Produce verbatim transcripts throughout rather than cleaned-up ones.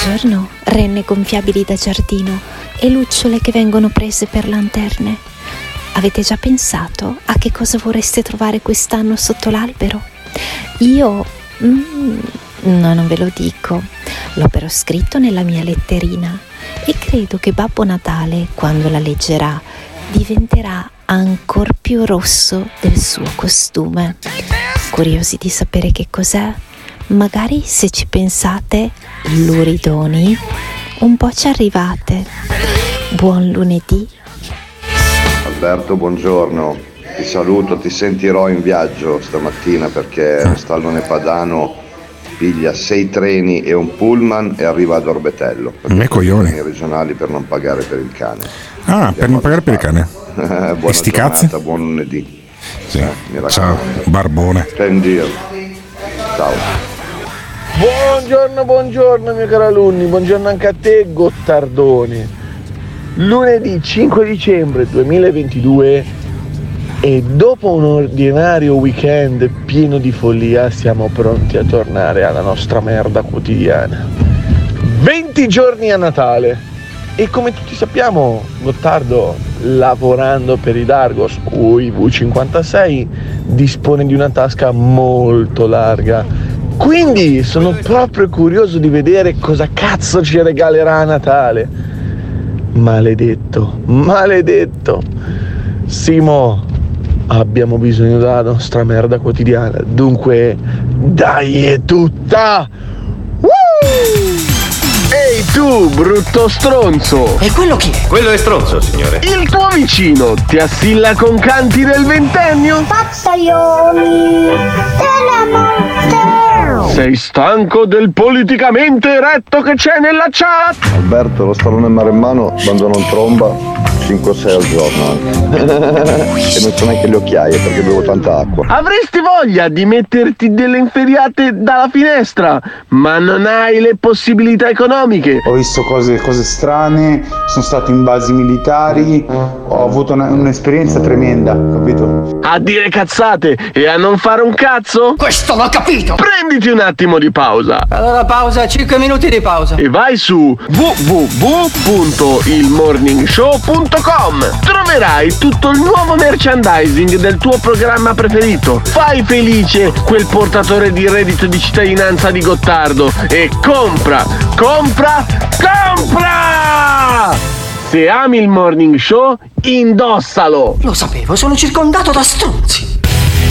Buongiorno, renne gonfiabili da giardino e lucciole che vengono prese per lanterne. Avete già pensato a che cosa vorreste trovare quest'anno sotto l'albero? Io... Mm, no, non ve lo dico. L'ho però scritto nella mia letterina e credo che Babbo Natale, quando la leggerà, diventerà ancor più rosso del suo costume. Curiosi di sapere che cos'è? Magari se ci pensate, luridoni, un po' ci arrivate. Buon lunedì. Alberto, buongiorno. Ti saluto, ti sentirò in viaggio stamattina perché Stallone Padano piglia sei treni e un pullman e arriva ad Orbetello. Me coglione. I regionali per non pagare per il cane. Ah, Andiamo per non pagare per il cane. Buona sti giornata, cazzi? buon lunedì. Sì. Eh, Ciao, barbone. Tendir. Ciao. Buongiorno, buongiorno mio caro alunni, buongiorno anche a te Gottardone. Lunedì cinque dicembre duemilaventidue e dopo un ordinario weekend pieno di follia siamo pronti a tornare alla nostra merda quotidiana. venti giorni a Natale e come tutti sappiamo Gottardo, lavorando per i Dargos cui vu cinquantasei, dispone di una tasca molto larga. Quindi sono proprio curioso di vedere cosa cazzo ci regalerà a Natale. Maledetto, maledetto. Simo, abbiamo bisogno della nostra merda quotidiana. Dunque, dai è tutta! Woo! Ehi tu, brutto stronzo! E quello chi è? Quello è stronzo, signore. Il tuo vicino ti assilla con canti del ventennio? Pazzaioli della morte! Sei stanco del politicamente eretto che c'è nella chat? Alberto, lo Stallone Maremmano quando non tromba cinque o sei al giorno anche. E non so neanche le occhiaie perché bevo tanta acqua. Avresti voglia di metterti delle inferriate dalla finestra, ma non hai le possibilità economiche. Ho visto cose, cose strane, sono stato in basi militari, ho avuto una, un'esperienza tremenda, capito? A dire cazzate e a non fare un cazzo? Questo l'ho capito! Prenditi un attimo di pausa. Allora pausa, cinque minuti di pausa. E vai su w w w punto il morning show punto com. Troverai tutto il nuovo merchandising del tuo programma preferito. Fai felice quel portatore di reddito di cittadinanza di Gottardo e compra, compra, compra! Se ami il morning show, indossalo! Lo sapevo, sono circondato da stronzi.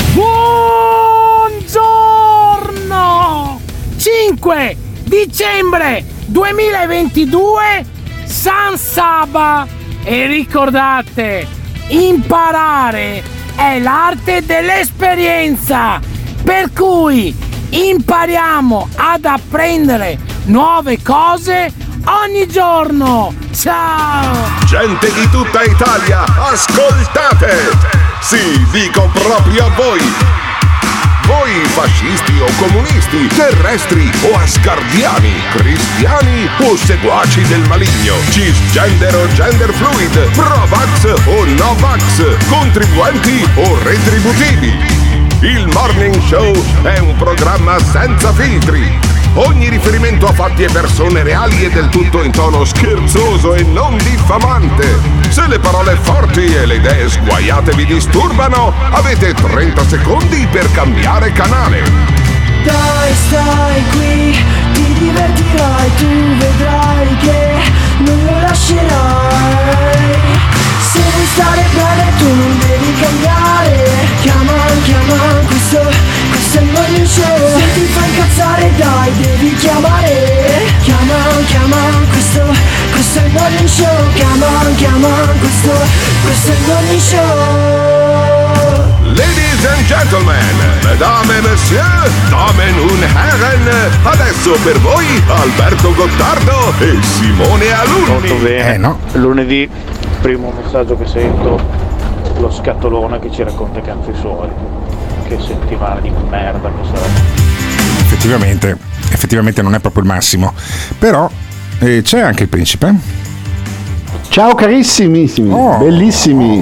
Buongiorno! cinque dicembre duemilaventidue, San Saba. E ricordate, imparare è l'arte dell'esperienza, per cui impariamo ad apprendere nuove cose ogni giorno. Ciao! Gente di tutta Italia, ascoltate! Sì, dico proprio a voi! Voi fascisti o comunisti, terrestri o asgardiani, cristiani o seguaci del maligno, cisgender o gender fluid, pro-vax o no-vax, contribuenti o retributivi. Il Morning Show è un programma senza filtri. Ogni riferimento a fatti e persone reali è del tutto in tono scherzoso e non diffamante. Se le parole forti e le idee sguaiate vi disturbano, avete trenta secondi per cambiare canale. Dai, stai qui, ti divertirai, tu vedrai che non lo lascerai. Se vuoi stare bene tu non devi cambiare. Chiama, chiama, questo, questo è il morning show. Se ti fa incazzare dai, devi chiamare. Chiama, chiama, questo, questo è il morning show. Chiama, chiama, questo, questo è il morning show. Ladies and gentlemen, mesdames et messieurs, damen und herren, adesso per voi Alberto Gottardo e Simone Alunni. Molto bene, Eh no. lunedì, primo messaggio che sento, lo scatolone che ci racconta i canzoni. Che settimana di merda che sarà. Effettivamente, effettivamente non è proprio il massimo. Però eh, c'è anche il principe. Ciao carissimissimi, Oh. bellissimi.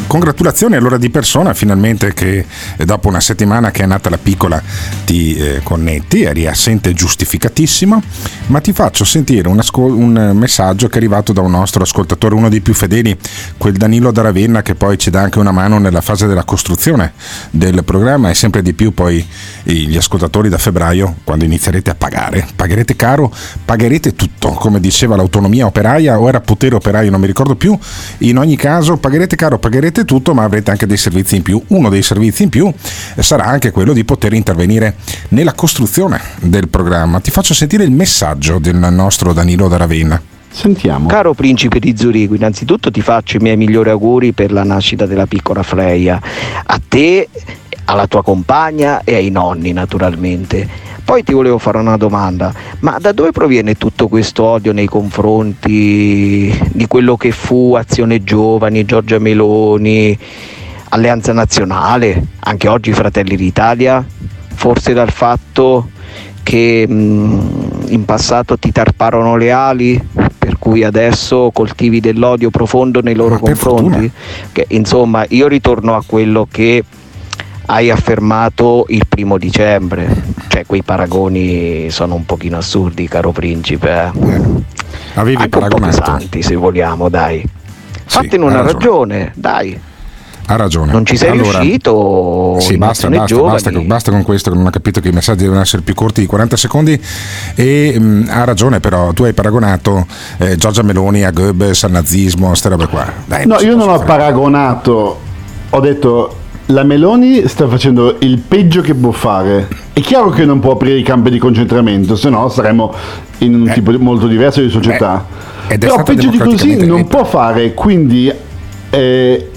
congratulazioni allora di persona, finalmente che dopo una settimana che è nata la piccola ti eh, connetti, eri assente giustificatissimo, ma ti faccio sentire un, ascol- un messaggio che è arrivato da un nostro ascoltatore, uno dei più fedeli, quel Danilo da Ravenna, che poi ci dà anche una mano nella fase della costruzione del programma, e sempre di più poi gli ascoltatori da febbraio, quando inizierete a pagare, pagherete caro, pagherete tutto, come diceva l'autonomia operaia, o era potere operaio, non mi ricordo più. In ogni caso pagherete caro, pagherete tutto, ma avrete anche dei servizi in più. Uno dei servizi in più sarà anche quello di poter intervenire nella costruzione del programma. Ti faccio sentire il messaggio del nostro Danilo da Ravenna. Sentiamo. Caro principe di Zurigo, innanzitutto ti faccio i miei migliori auguri per la nascita della piccola Freya, a te, alla tua compagna e ai nonni naturalmente. Poi ti volevo fare una domanda: ma da dove proviene tutto questo odio nei confronti di quello che fu Azione Giovani, Giorgia Meloni, Alleanza Nazionale, anche oggi Fratelli d'Italia? Forse dal fatto che mh, in passato ti tarparono le ali, per cui adesso coltivi dell'odio profondo nei loro confronti? Che, insomma, io ritorno a quello che hai affermato il primo dicembre, cioè quei paragoni sono un pochino assurdi, caro principe, eh? Avevi anche paragonato un po' pesanti, se vogliamo, dai. Fattene ha una ragione. ragione, dai. Ha ragione. Non ci sei allora, riuscito? Sì, basta, basta, basta, basta con questo, che non ho capito che i messaggi devono essere più corti di quaranta secondi. E mh, ha ragione, però tu hai paragonato eh, Giorgia Meloni a Goebbels, al nazismo, queste robe qua. Dai, No, non si io non possono ho fare. paragonato, ho detto la Meloni sta facendo il peggio che può fare. È chiaro che non può aprire i campi di concentramento, se no saremmo in un Eh. tipo di- molto diverso di società. Eh, ed è Però stata peggio di così democraticamente non eletta. può fare, quindi eh,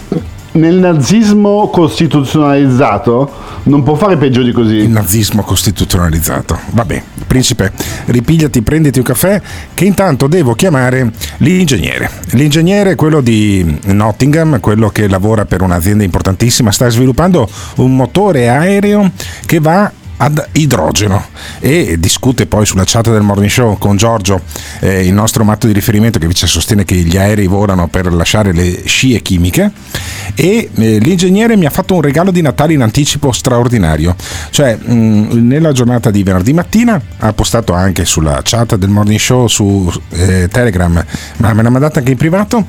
nel nazismo costituzionalizzato non può fare peggio di così. Il nazismo costituzionalizzato. Vabbè, principe, ripigliati, prenditi un caffè, che intanto devo chiamare l'ingegnere. L'ingegnere è quello di Nottingham, quello che lavora per un'azienda importantissima, sta sviluppando un motore aereo che va ad idrogeno, e discute poi sulla chat del Morning Show con Giorgio, eh, il nostro matto di riferimento, che invece sostiene che gli aerei volano per lasciare le scie chimiche. E eh, l'ingegnere mi ha fatto un regalo di Natale in anticipo straordinario, cioè mh, nella giornata di venerdì mattina ha postato anche sulla chat del Morning Show su eh, Telegram, ma me l'ha mandato anche in privato,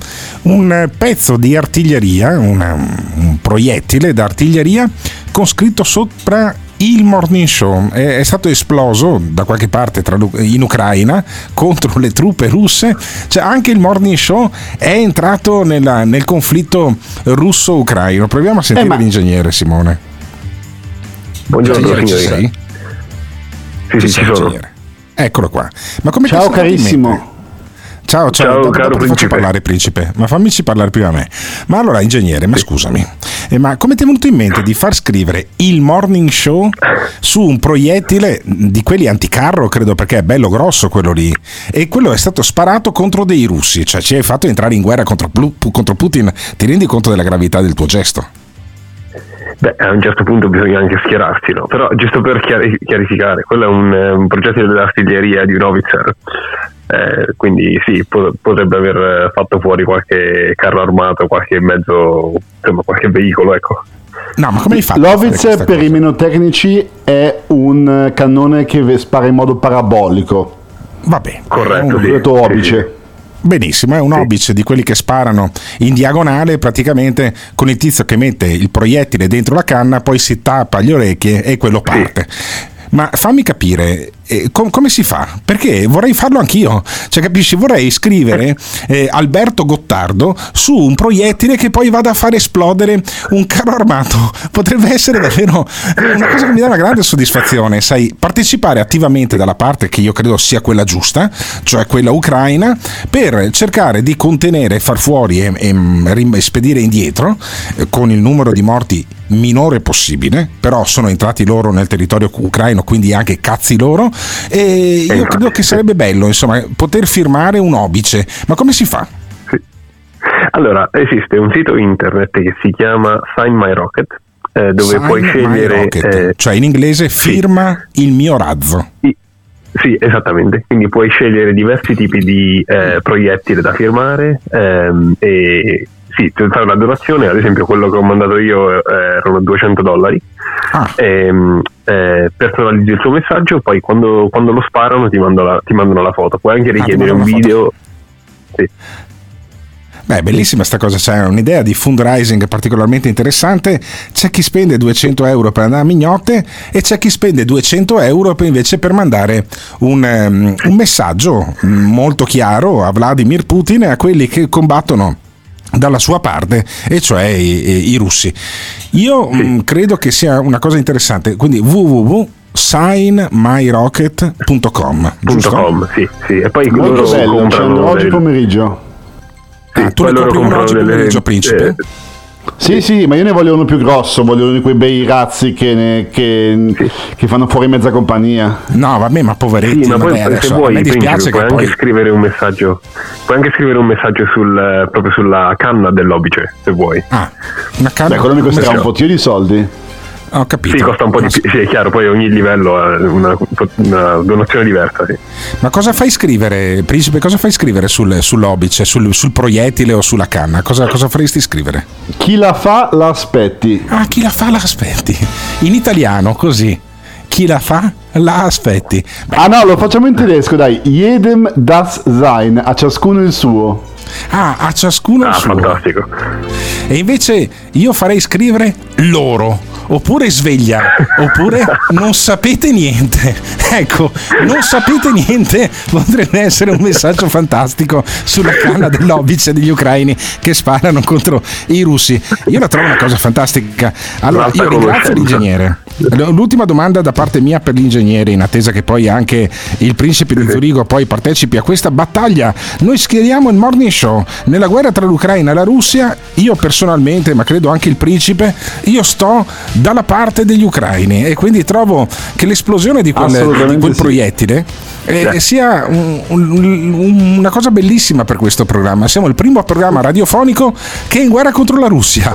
un pezzo di artiglieria, una, un proiettile d'artiglieria con scritto sopra il Morning Show. È, è stato esploso da qualche parte tra, in Ucraina contro le truppe russe, cioè anche il Morning Show è entrato nella, nel conflitto russo-ucraino. Proviamo a sentire Eh, ma- l'ingegnere, Simone. Buongiorno Ingegnere, ci signori. sei? Sì, sì, sei, ci sono. ingegnere? Eccolo qua. Ma come Ciao cazzo ti carissimo. mette? Ciao, ciao, Ciao, dopo, caro dopo ti faccio principe. parlare, principe, ma fammici parlare prima a me. Ma allora, ingegnere, ma scusami, eh, ma come ti è venuto in mente di far scrivere il Morning Show su un proiettile di quelli anticarro, credo, perché è bello grosso quello lì, e quello è stato sparato contro dei russi, cioè ci hai fatto entrare in guerra contro, Plu- contro Putin? Ti rendi conto della gravità del tuo gesto? Beh, a un certo punto bisogna anche schierarsi, no? Però giusto per chiari- chiarificare, quello è un, eh, un progetto dell'artiglieria di un Howitzer. Eh, quindi sì, po- potrebbe aver fatto fuori qualche carro armato, qualche mezzo, insomma qualche veicolo, ecco. No, ma come hai fatto? a fare L'Howitzer, questa per cosa? i meno tecnici, è un cannone che spara in modo parabolico. Vabbè, Corretto, Un sì. detto Sì, obice. benissimo, è un obice di quelli che sparano in diagonale, praticamente con il tizio che mette il proiettile dentro la canna, poi si tappa le orecchie e quello parte. Ma fammi capire, eh, com- come si fa? Perché vorrei farlo anch'io, cioè capisci, vorrei scrivere eh, Alberto Gottardo su un proiettile che poi vada a far esplodere un carro armato. Potrebbe essere davvero una cosa che mi dà una grande soddisfazione, sai, partecipare attivamente dalla parte che io credo sia quella giusta, cioè quella ucraina, per cercare di contenere, far fuori e, e rim- e spedire indietro eh, con il numero di morti minore possibile, però sono entrati loro nel territorio ucraino, quindi anche cazzi loro, e io credo che sarebbe bello, insomma, poter firmare un obice. Ma come si fa? Allora, esiste un sito internet che si chiama Sign My Rocket, eh, dove Sign puoi My scegliere Rocket, eh, cioè in inglese firma il mio razzo. sì, esattamente, quindi puoi scegliere diversi tipi di eh, proiettili da firmare, ehm, e sì, c'è stata una donazione, ad esempio quello che ho mandato io eh, erano duecento dollari. Ah. E, eh, personalizzi il tuo messaggio, poi quando, quando lo sparano ti, mando la, ti mandano la foto. Puoi anche richiedere ah, un video. Sì. Beh, bellissima sta cosa, c'è un'idea di fundraising particolarmente interessante. C'è chi spende duecento euro per andare a mignotte e c'è chi spende duecento euro per invece per mandare un, um, un messaggio molto chiaro a Vladimir Putin e a quelli che combattono dalla sua parte, e cioè i, i russi. Io sì. mh, credo che sia una cosa interessante, quindi w w w punto sign my rocket punto com .com, sì, sì. E poi molto bello, c'è oggi del... pomeriggio. Sì, ah, tu ne compri uno oggi delle... pomeriggio, Principe? Eh, Sì, sì, ma io ne voglio uno più grosso, voglio uno di quei bei razzi che, ne, che, sì. che fanno fuori mezza compagnia. No, vabbè, ma poveretti. Sì, ma poi vabbè, se vuoi, mi dispiace puoi che anche poi... scrivere un messaggio. Puoi anche scrivere un messaggio sul, proprio sulla canna dell'obice, se vuoi. Ah, una canna. Beh, quello mi costerà un po' di soldi. Ho capito. Sì, costa un po' di più, sì, è chiaro, poi ogni livello ha una, una donazione diversa, sì. Ma cosa fai scrivere, Principe, cosa fai scrivere sul, sull'obice, sul, sul proiettile o sulla canna? Cosa, cosa faresti scrivere? Chi la fa la aspetti. Ah, chi la fa la aspetti. In italiano, così. Chi la fa la aspetti. Beh. Ah no, lo facciamo in tedesco, dai. Jedem das sein, a ciascuno il suo. Ah, a ciascuno il ah, suo. Fantastico. E invece io farei scrivere loro, oppure sveglia, oppure non sapete niente. Ecco, non sapete niente potrebbe essere un messaggio fantastico sulla canna dell'obice degli ucraini che sparano contro i russi. Io la trovo una cosa fantastica. Allora, io ringrazio l'ingegnere. L'ultima domanda da parte mia per l'ingegnere, in attesa che poi anche il principe di Zurigo poi partecipi a questa battaglia. Noi schieriamo il Morning Show nella guerra tra l'Ucraina e la Russia. Io personalmente, ma credo anche il principe, io sto dalla parte degli ucraini e quindi trovo che l'esplosione di quel, di quel proiettile eh, sia un, un, una cosa bellissima per questo programma. Siamo il primo programma radiofonico che è in guerra contro la Russia.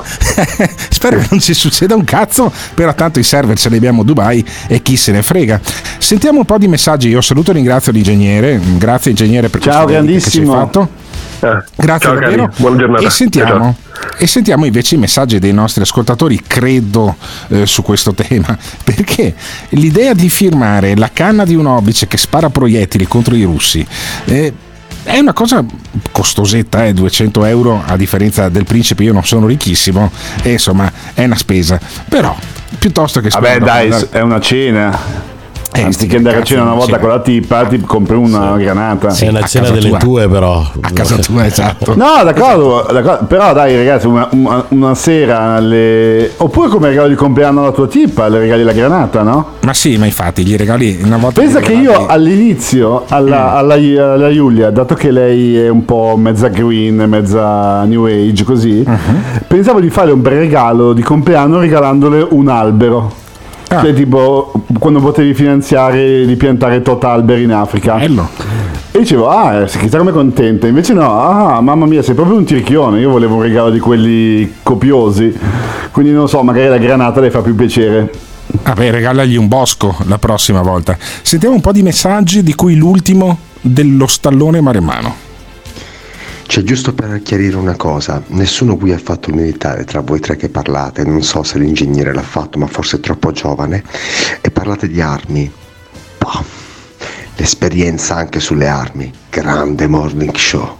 Spero che non ci succeda un cazzo, però tanto i server ce li abbiamo a Dubai e chi se ne frega. Sentiamo un po' di messaggi. Io saluto e ringrazio l'ingegnere. Grazie ingegnere per ciao, questo che ci hai fatto. Eh, grazie ciao, davvero. Buona giornata. E sentiamo, e sentiamo invece i messaggi dei nostri ascoltatori, credo, eh, su questo tema, perché l'idea di firmare la canna di un obice che spara proiettili contro i russi eh, è una cosa costosetta, eh, duecento euro, a differenza del principe. Io non sono ricchissimo e insomma è una spesa, però piuttosto che vabbè dai, andare... è una cena. Eh, anziché andare a cena una volta con la tipa, ti compri una sì. granata. Sì, è una cena delle tua. tue, però. A casa tua, esatto. No, d'accordo, d'accordo. Però dai, ragazzi, una, una, una sera le... oppure come regalo di compleanno alla tua tipa, le regali la granata, no? Ma sì, ma infatti gli regali una volta. Pensa che io all'inizio, alla, mm. alla, alla Giulia, dato che lei è un po' mezza green, mezza new age, così, uh-huh. pensavo di fare un bel regalo di compleanno regalandole un albero. Ah. Cioè, tipo quando potevi finanziare di piantare tot alberi in Africa. Bello. E dicevo, ah, chissà come contenta. Invece no, ah, mamma mia, sei proprio un tirchione. Io volevo un regalo di quelli copiosi. Quindi non so, magari la granata le fa più piacere. Vabbè, regalagli un bosco la prossima volta. Sentiamo un po' di messaggi, di cui l'ultimo dello stallone maremmano. Cioè, giusto per chiarire una cosa, nessuno qui ha fatto il militare tra voi tre che parlate, non so se l'ingegnere l'ha fatto, ma forse è troppo giovane, e parlate di armi. Boh, l'esperienza anche sulle armi, grande morning show.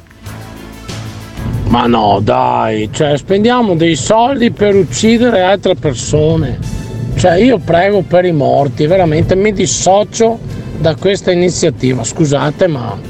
Ma no, dai, cioè spendiamo dei soldi per uccidere altre persone. Cioè, io prego per i morti, veramente mi dissocio da questa iniziativa, scusate, ma...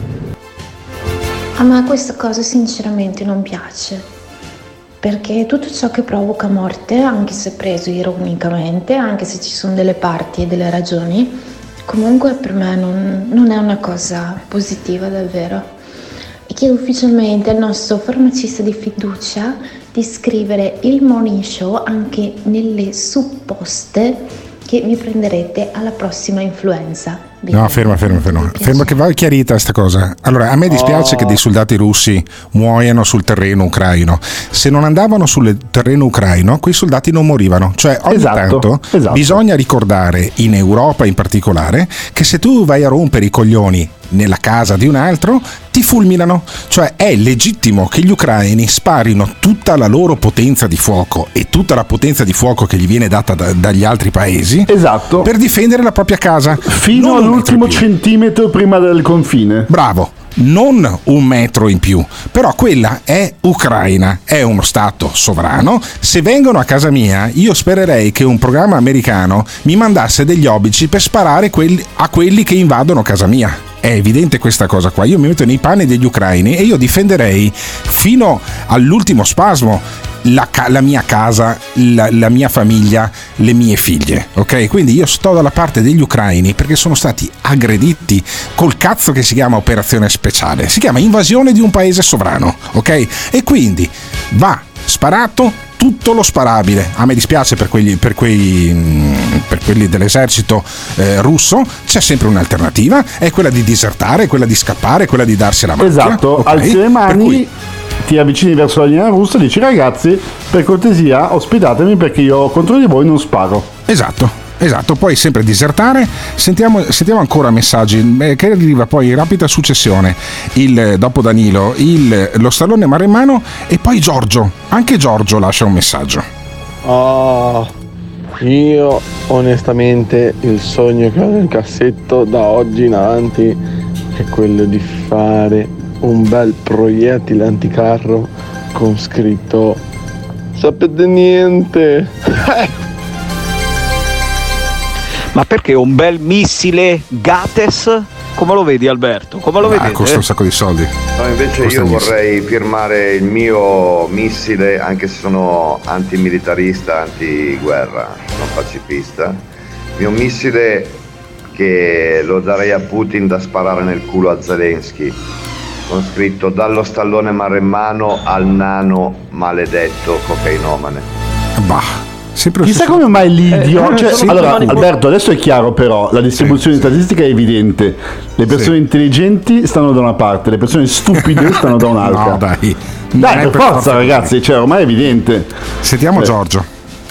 A me questa cosa sinceramente non piace, perché tutto ciò che provoca morte, anche se preso ironicamente, anche se ci sono delle parti e delle ragioni, comunque per me non, non è una cosa positiva davvero. E chiedo ufficialmente al nostro farmacista di fiducia di scrivere il morning show anche nelle supposte che vi prenderete alla prossima influenza. No, ferma, ferma, ferma. Ferma che va chiarita sta cosa. Allora, a me dispiace oh. che dei soldati russi muoiano sul terreno ucraino. Se non andavano sul terreno ucraino, quei soldati non morivano. Cioè, ogni esatto, tanto esatto. bisogna ricordare, in Europa in particolare, che se tu vai a rompere i coglioni nella casa di un altro, ti fulminano. Cioè è legittimo che gli ucraini sparino tutta la loro potenza di fuoco e tutta la potenza di fuoco che gli viene data da, dagli altri paesi, esatto, per difendere la propria casa fino non all'ultimo centimetro prima del confine. Bravo, non un metro in più, però quella è Ucraina, è uno stato sovrano. Se vengono a casa mia, io spererei che un programma americano mi mandasse degli obici per sparare quelli, a quelli che invadono casa mia. È evidente questa cosa qua. Io mi metto nei panni degli ucraini e io difenderei fino all'ultimo spasmo la, la mia casa, la, la mia famiglia, le mie figlie, ok? Quindi io sto dalla parte degli ucraini perché sono stati aggrediti col cazzo che si chiama operazione speciale, si chiama invasione di un paese sovrano, ok? E quindi va sparato tutto lo sparabile. A me dispiace per quelli, per quei, per quelli dell'esercito eh, russo. C'è sempre un'alternativa, è quella di disertare, quella di scappare, quella di darsi la macchia. Esatto, okay? Alzi le mani, cui... ti avvicini verso la linea russa e dici: ragazzi, per cortesia ospitatemi perché io contro di voi non sparo. Esatto. Esatto, poi sempre disertare. Sentiamo, sentiamo ancora messaggi eh, che arriva poi in rapida successione. Il, dopo Danilo, il, lo stallone maremmano e poi Giorgio. Anche Giorgio lascia un messaggio. Oh, io onestamente il sogno che ho nel cassetto da oggi in avanti è quello di fare un bel proiettile anticarro con scritto sapete niente. Ma perché un bel missile Gates? Come lo vedi, Alberto? Come lo ah, vedete? Costa un sacco di soldi. No, invece costa io vorrei firmare il mio missile, anche se sono antimilitarista, antiguerra, sono pacifista. Il mio missile che lo darei a Putin da sparare nel culo a Zelensky, con scritto dallo stallone maremmano al nano maledetto cocainomane. Bah. Chissà come mai l'idio eh, cioè, sì, allora Alberto, adesso è chiaro, però la distribuzione sì, statistica è evidente. Le persone sì. intelligenti stanno da una parte, le persone stupide stanno da un'altra. No, dai dai per, per forza, forza ragazzi, cioè ormai è evidente. Sentiamo eh. Giorgio.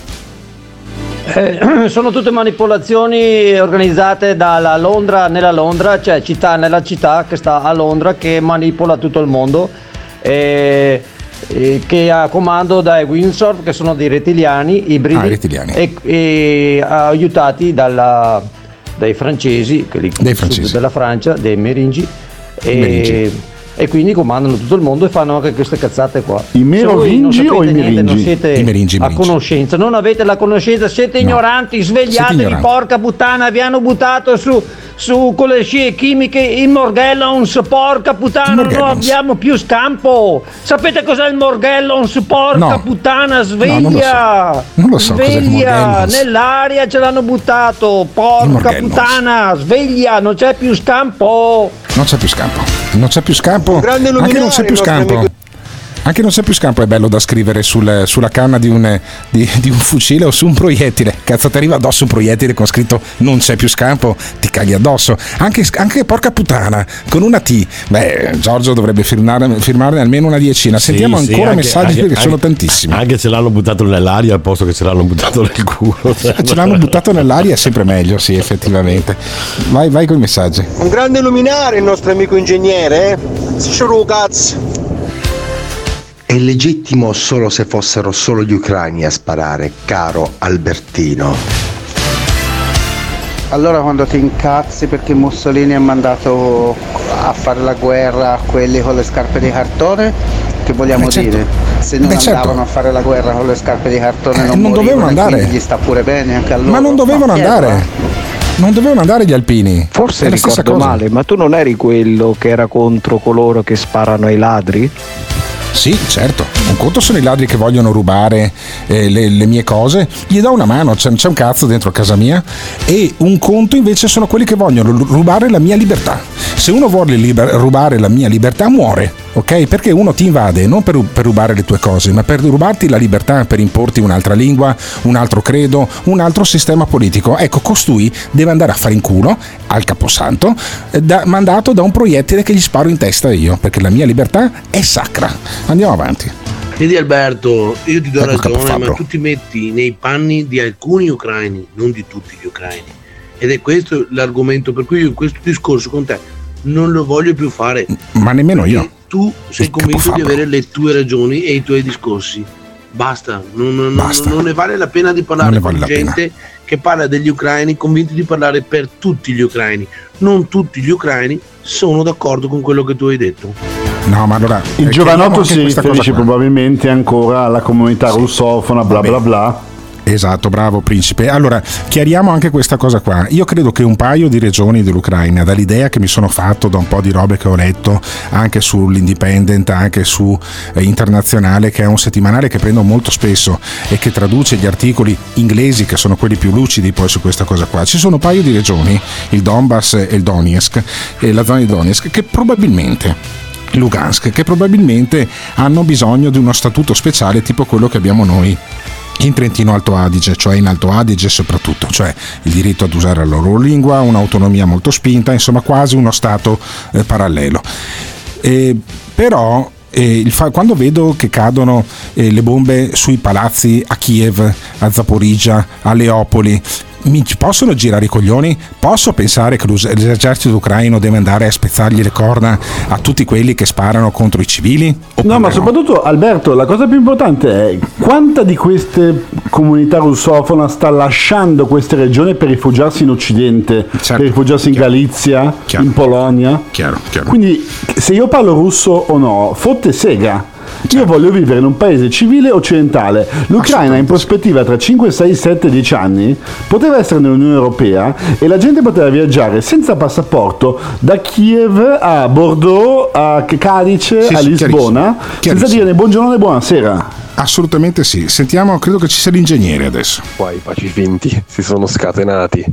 Eh, sono tutte manipolazioni organizzate dalla Londra nella Londra, cioè città nella città che sta a Londra, che manipola tutto il mondo, eh, eh, che ha comando dai Windsor, che sono dei rettiliani ibridi, ah, rettiliani. E, e aiutati dalla, dai francesi, quelli dei francesi della Francia, dei Meringi, e, Meringi. e quindi comandano tutto il mondo e fanno anche queste cazzate qua. I merovingi o i meringi? Non siete I meringi, i meringi. a conoscenza, non avete la conoscenza, siete no. ignoranti, svegliatevi, siete ignoranti. Porca puttana, vi hanno buttato su, su con le scie chimiche il Morgellons, porca puttana, non abbiamo più scampo. Sapete cos'è il Morgellons, porca no. puttana, sveglia, no, non lo so, non lo so sveglia, nell'aria ce l'hanno buttato, porca puttana, sveglia, non c'è più scampo. Non c'è più scampo, non c'è più scampo, anche non c'è più scampo. Amico. Anche non c'è più scampo, è bello da scrivere sul, sulla canna di un, di, di un fucile o su un proiettile. Cazzo, ti arriva addosso un proiettile con scritto non c'è più scampo, ti caghi addosso. Anche, anche porca puttana, con una T. Beh, Giorgio dovrebbe firmare, firmarne almeno una decina. Sì, Sentiamo sì, ancora anche, messaggi anche, perché anche, sono tantissimi. Anche se l'hanno buttato nell'aria al posto che ce l'hanno buttato nel culo. Ce l'hanno buttato nell'aria è sempre meglio, sì, effettivamente. Vai, vai con i messaggi. Un grande luminare il nostro amico ingegnere, eh? Sciuro cazzo. È legittimo solo se fossero solo gli ucraini a sparare, caro Albertino. Allora quando ti incazzi perché Mussolini ha mandato a fare la guerra a quelli con le scarpe di cartone, che vogliamo Beh, dire? Certo. Se non Beh, andavano certo. a fare la guerra con le scarpe di cartone eh, non, non dovevano andare. Gli sta pure bene anche a loro. Ma non dovevano no, andare. Non dovevano andare gli alpini. Forse è la ricordo stessa cosa. male, ma tu non eri quello che era contro coloro che sparano ai ladri? Sì, certo. Un conto sono i ladri che vogliono rubare eh, le, le mie cose, gli do una mano, c'è, c'è un cazzo dentro casa mia. E un conto invece sono quelli che vogliono rubare la mia libertà. Se uno vuole liber- rubare la mia libertà, muore, ok? Perché uno ti invade non per, per rubare le tue cose, ma per rubarti la libertà, per importi un'altra lingua, un altro credo, un altro sistema politico. Ecco, costui deve andare a fare in culo al caposanto, eh, da, mandato da un proiettile che gli sparo in testa io, perché la mia libertà è sacra. Andiamo avanti. Vedi Alberto, io ti do Ecco ragione, ma tu ti metti nei panni di alcuni ucraini, non di tutti gli ucraini. Ed è questo l'argomento per cui io in questo discorso con te non lo voglio più fare. Ma nemmeno io. Tu sei convinto di avere le tue ragioni e i tuoi discorsi. Basta, non, non, Basta. non ne vale la pena di parlare vale con gente pena. che parla degli ucraini convinti di parlare per tutti gli ucraini. Non tutti gli ucraini sono d'accordo con quello che tu hai detto. No, ma allora il giovanotto si riferisce probabilmente ancora alla comunità sì. russofona, bla Vabbè. bla bla. Esatto, bravo principe. Allora, chiariamo anche questa cosa qua. Io credo che un paio di regioni dell'Ucraina, dall'idea che mi sono fatto da un po' di robe che ho letto anche sull'Independent, anche su eh, Internazionale, che è un settimanale che prendo molto spesso e che traduce gli articoli inglesi, che sono quelli più lucidi poi su questa cosa qua. Ci sono un paio di regioni, il Donbass e il Donetsk, e la zona di Donetsk, che probabilmente Lugansk, che probabilmente hanno bisogno di uno statuto speciale tipo quello che abbiamo noi in Trentino Alto Adige, cioè in Alto Adige soprattutto, cioè il diritto ad usare la loro lingua, un'autonomia molto spinta, insomma quasi uno stato eh, parallelo. Eh, però eh, il fa- quando vedo che cadono eh, le bombe sui palazzi a Kiev, a Zaporizhzhia, a Leopoli, mi possono girare i coglioni? Posso pensare che l'esercito ucraino deve andare a spezzargli le corna a tutti quelli che sparano contro i civili? No, ma soprattutto, Alberto, la cosa più importante è quanta di queste comunità russofona sta lasciando queste regioni per rifugiarsi in Occidente, certo, per rifugiarsi in chiaro, Galizia, chiaro, in Polonia. Chiaro, chiaro. Quindi se io parlo russo o no, fotte sega. Io voglio vivere in un paese civile occidentale. L'Ucraina in prospettiva tra cinque, sei, sette, dieci anni poteva essere nell'Unione Europea e la gente poteva viaggiare senza passaporto da Kiev a Bordeaux, a Cadice, sì, a Lisbona, chiarissimo, senza dire né buongiorno né buonasera. Assolutamente sì. Sentiamo, credo che ci sia l'ingegnere adesso. Qua i paci finti si sono scatenati.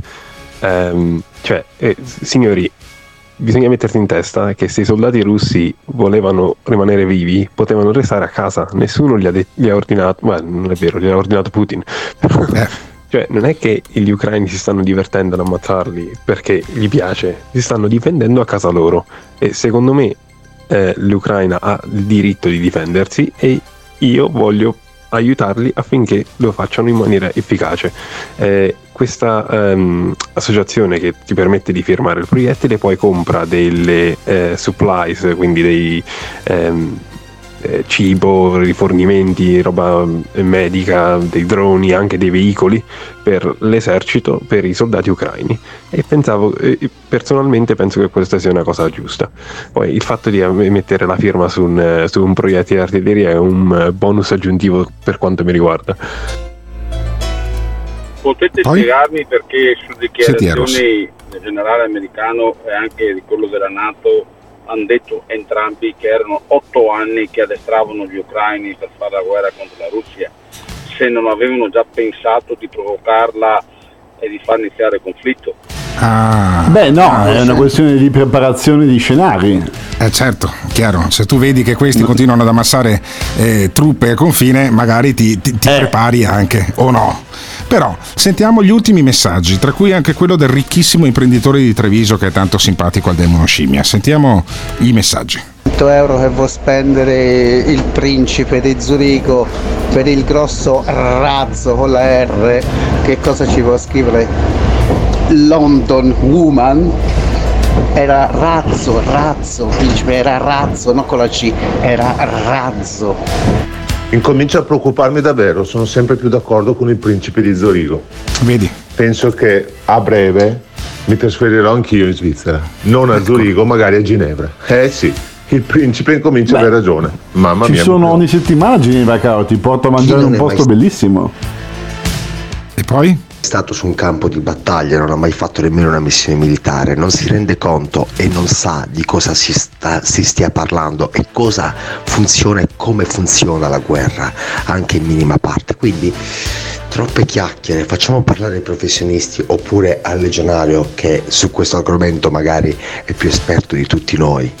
Ehm, cioè, eh, signori, bisogna mettersi in testa che se i soldati russi volevano rimanere vivi potevano restare a casa, nessuno gli ha, de- gli ha ordinato, beh, non è vero, gli ha ordinato Putin. Eh. Cioè non è che gli ucraini si stanno divertendo ad ammazzarli perché gli piace, si stanno difendendo a casa loro e secondo me eh, l'Ucraina ha il diritto di difendersi e io voglio aiutarli affinché lo facciano in maniera efficace. Eh, questa ehm, associazione che ti permette di firmare il proiettile poi compra delle eh, supplies, quindi dei ehm, eh, cibo, rifornimenti, roba medica, dei droni, anche dei veicoli per l'esercito, per i soldati ucraini e pensavo, eh, personalmente penso che questa sia una cosa giusta. Poi il fatto di mettere la firma su un, su un proiettile di artiglieria è un bonus aggiuntivo per quanto mi riguarda. Potete Poi? spiegarmi perché su dichiarazioni del generale americano e anche di quello della NATO hanno detto entrambi che erano otto anni che addestravano gli ucraini per fare la guerra contro la Russia, se non avevano già pensato di provocarla e di far iniziare il conflitto? Ah, Beh no, ah, è una questione di preparazione di scenari. Eh certo, chiaro, se tu vedi che questi continuano ad ammassare eh, truppe al confine, magari ti, ti, ti eh. prepari anche, o no? Però sentiamo gli ultimi messaggi, tra cui anche quello del ricchissimo imprenditore di Treviso che è tanto simpatico al demono scimmia. Sentiamo i messaggi. cento euro che vuol spendere il principe di Zurigo per il grosso razzo con la R, che cosa ci può scrivere? London Woman? Era razzo, razzo, principe, era razzo, non con la C, era razzo. Incomincio a preoccuparmi davvero, sono sempre più d'accordo con il principe di Zurigo. Vedi? Penso che a breve mi trasferirò anch'io in Svizzera, non a Zurigo, magari a Ginevra. Eh sì, il principe incomincia Beh, a avere ragione. Mamma ci mia. Ci sono ogni settimana a Ginevra, caro, ti porto a mangiare un posto bellissimo. E poi? È stato su un campo di battaglia, non ha mai fatto nemmeno una missione militare, non si rende conto e non sa di cosa si, sta, si stia parlando e cosa funziona e come funziona la guerra, anche in minima parte. Quindi troppe chiacchiere, facciamo parlare ai professionisti oppure al legionario che su questo argomento magari è più esperto di tutti noi.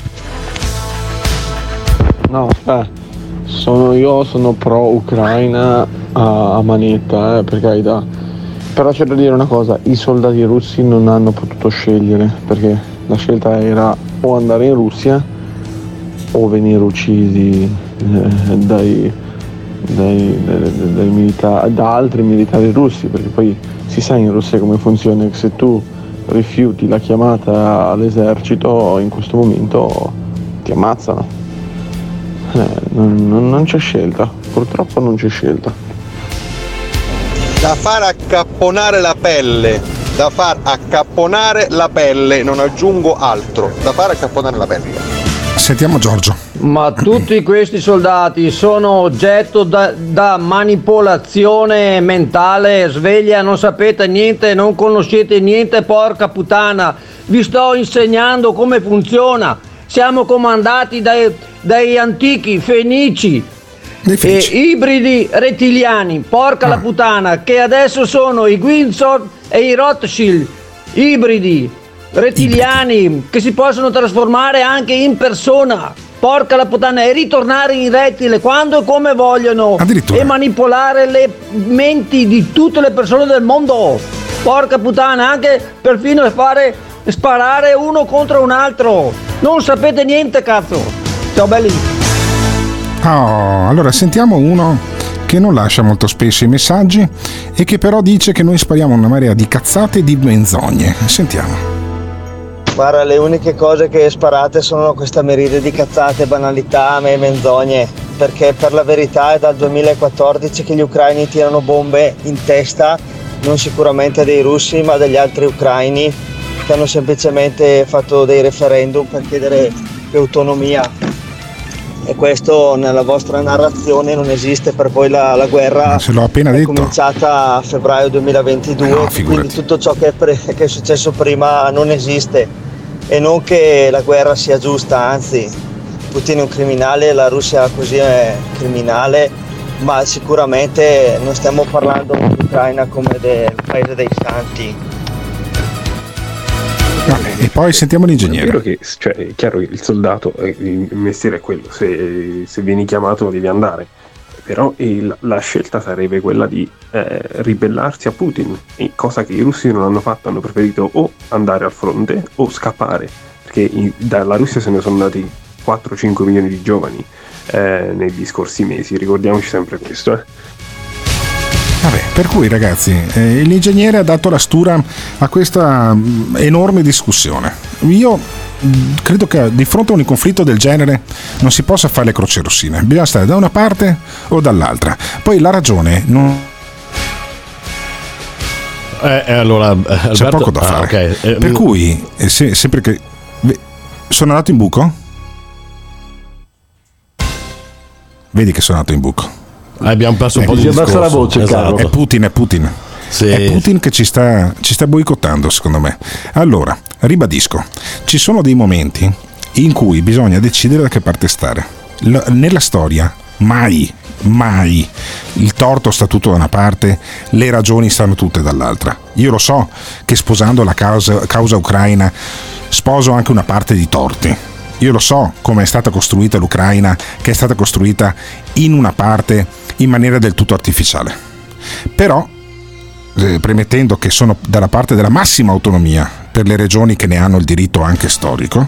No, eh, sono io, sono pro Ucraina a, a manetta, eh, per carità. Però c'è da dire una cosa, i soldati russi non hanno potuto scegliere, perché la scelta era o andare in Russia o venire uccisi eh, dai, dai, dai, dai milita- da altri militari russi, perché poi si sa in Russia come funziona, che se tu rifiuti la chiamata all'esercito, in questo momento ti ammazzano. Eh, non, non, non c'è scelta, purtroppo non c'è scelta. Da far accapponare la pelle, da far accapponare la pelle, non aggiungo altro, da far accapponare la pelle. Sentiamo Giorgio. Ma tutti questi soldati sono oggetto da, da manipolazione mentale, sveglia, non sapete niente, non conoscete niente, porca puttana, vi sto insegnando come funziona, siamo comandati dai, dai antichi fenici, e ibridi rettiliani, porca ah. la puttana, che adesso sono i Windsor e i Rothschild, ibridi rettiliani che si possono trasformare anche in persona, porca la puttana, e ritornare in rettile quando e come vogliono e manipolare le menti di tutte le persone del mondo, porca puttana, anche perfino fare sparare uno contro un altro. Non sapete niente, cazzo. Ciao belli. Oh, allora sentiamo uno che non lascia molto spesso i messaggi e che però dice che noi spariamo una marea di cazzate e di menzogne. Sentiamo. Guarda, le uniche cose che sparate sono questa meride di cazzate, banalità e menzogne, perché per la verità è dal duemilaquattordici che gli ucraini tirano bombe in testa, non sicuramente dei russi ma degli altri ucraini che hanno semplicemente fatto dei referendum per chiedere più autonomia, e questo nella vostra narrazione non esiste. Per voi la, la guerra se l'ho appena è detto. cominciata a febbraio duemilaventidue, no, quindi tutto ciò che è, pre- che è successo prima non esiste. E non che la guerra sia giusta, anzi Putin è un criminale, la Russia così è criminale, ma sicuramente non stiamo parlando dell'Ucraina come del paese dei santi. Vabbè, e poi sentiamo l'ingegnere. È vero che, cioè, è chiaro che il soldato, il mestiere è quello, se, se vieni chiamato devi andare, però il, la scelta sarebbe quella di eh, ribellarsi a Putin, e cosa che i russi non hanno fatto, hanno preferito o andare al fronte o scappare, perché in, dalla Russia se ne sono andati quattro cinque milioni di giovani eh, negli scorsi mesi, ricordiamoci sempre questo. Eh. Vabbè, per cui ragazzi, eh, l'ingegnere ha dato la stura a questa mh, enorme discussione. Io mh, credo che di fronte a un conflitto del genere non si possa fare le croci rossine, bisogna stare da una parte o dall'altra. Poi la ragione non... Eh, eh, allora, Alberto... c'è poco da fare. Ah, okay. eh, per cui, eh, se, sempre che... Sono andato in buco? Vedi che sono andato in buco. Abbiamo perso un po' di discorso. La voce, esatto. È Putin, è Putin. Sì. È Putin che ci sta, ci sta boicottando, secondo me. Allora, ribadisco, ci sono dei momenti in cui bisogna decidere da che parte stare. L- nella storia, mai, mai il torto sta tutto da una parte, le ragioni stanno tutte dall'altra. Io lo so che sposando la causa, causa ucraina sposo anche una parte di torti. Io lo so come è stata costruita l'Ucraina, che è stata costruita in una parte in maniera del tutto artificiale. Però, eh, premettendo che sono dalla parte della massima autonomia per le regioni che ne hanno il diritto anche storico,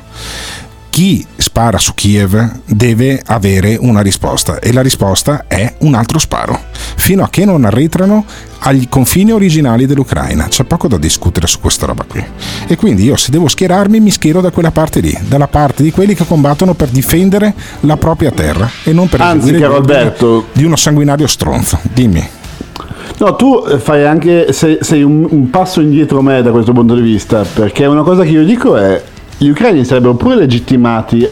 chi spara su Kiev deve avere una risposta, e la risposta è un altro sparo, fino a che non arretrano agli confini originali dell'Ucraina. C'è poco da discutere su questa roba qui, e quindi io, se devo schierarmi, mi schiero da quella parte lì, dalla parte di quelli che combattono per difendere la propria terra e non per Anzi, caro Alberto, di uno sanguinario stronzo. Dimmi. No, tu fai anche sei, sei un, un passo indietro me da questo punto di vista, perché una cosa che io dico è: gli ucraini sarebbero pure legittimati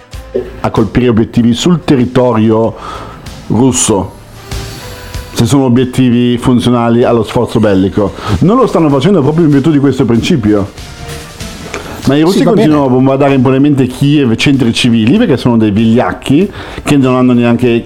a colpire obiettivi sul territorio russo, se sono obiettivi funzionali allo sforzo bellico. Non lo stanno facendo proprio in virtù di questo principio. Ma i russi sì, continuano bene. a bombardare impunemente Kiev, centri civili, perché sono dei vigliacchi che non hanno neanche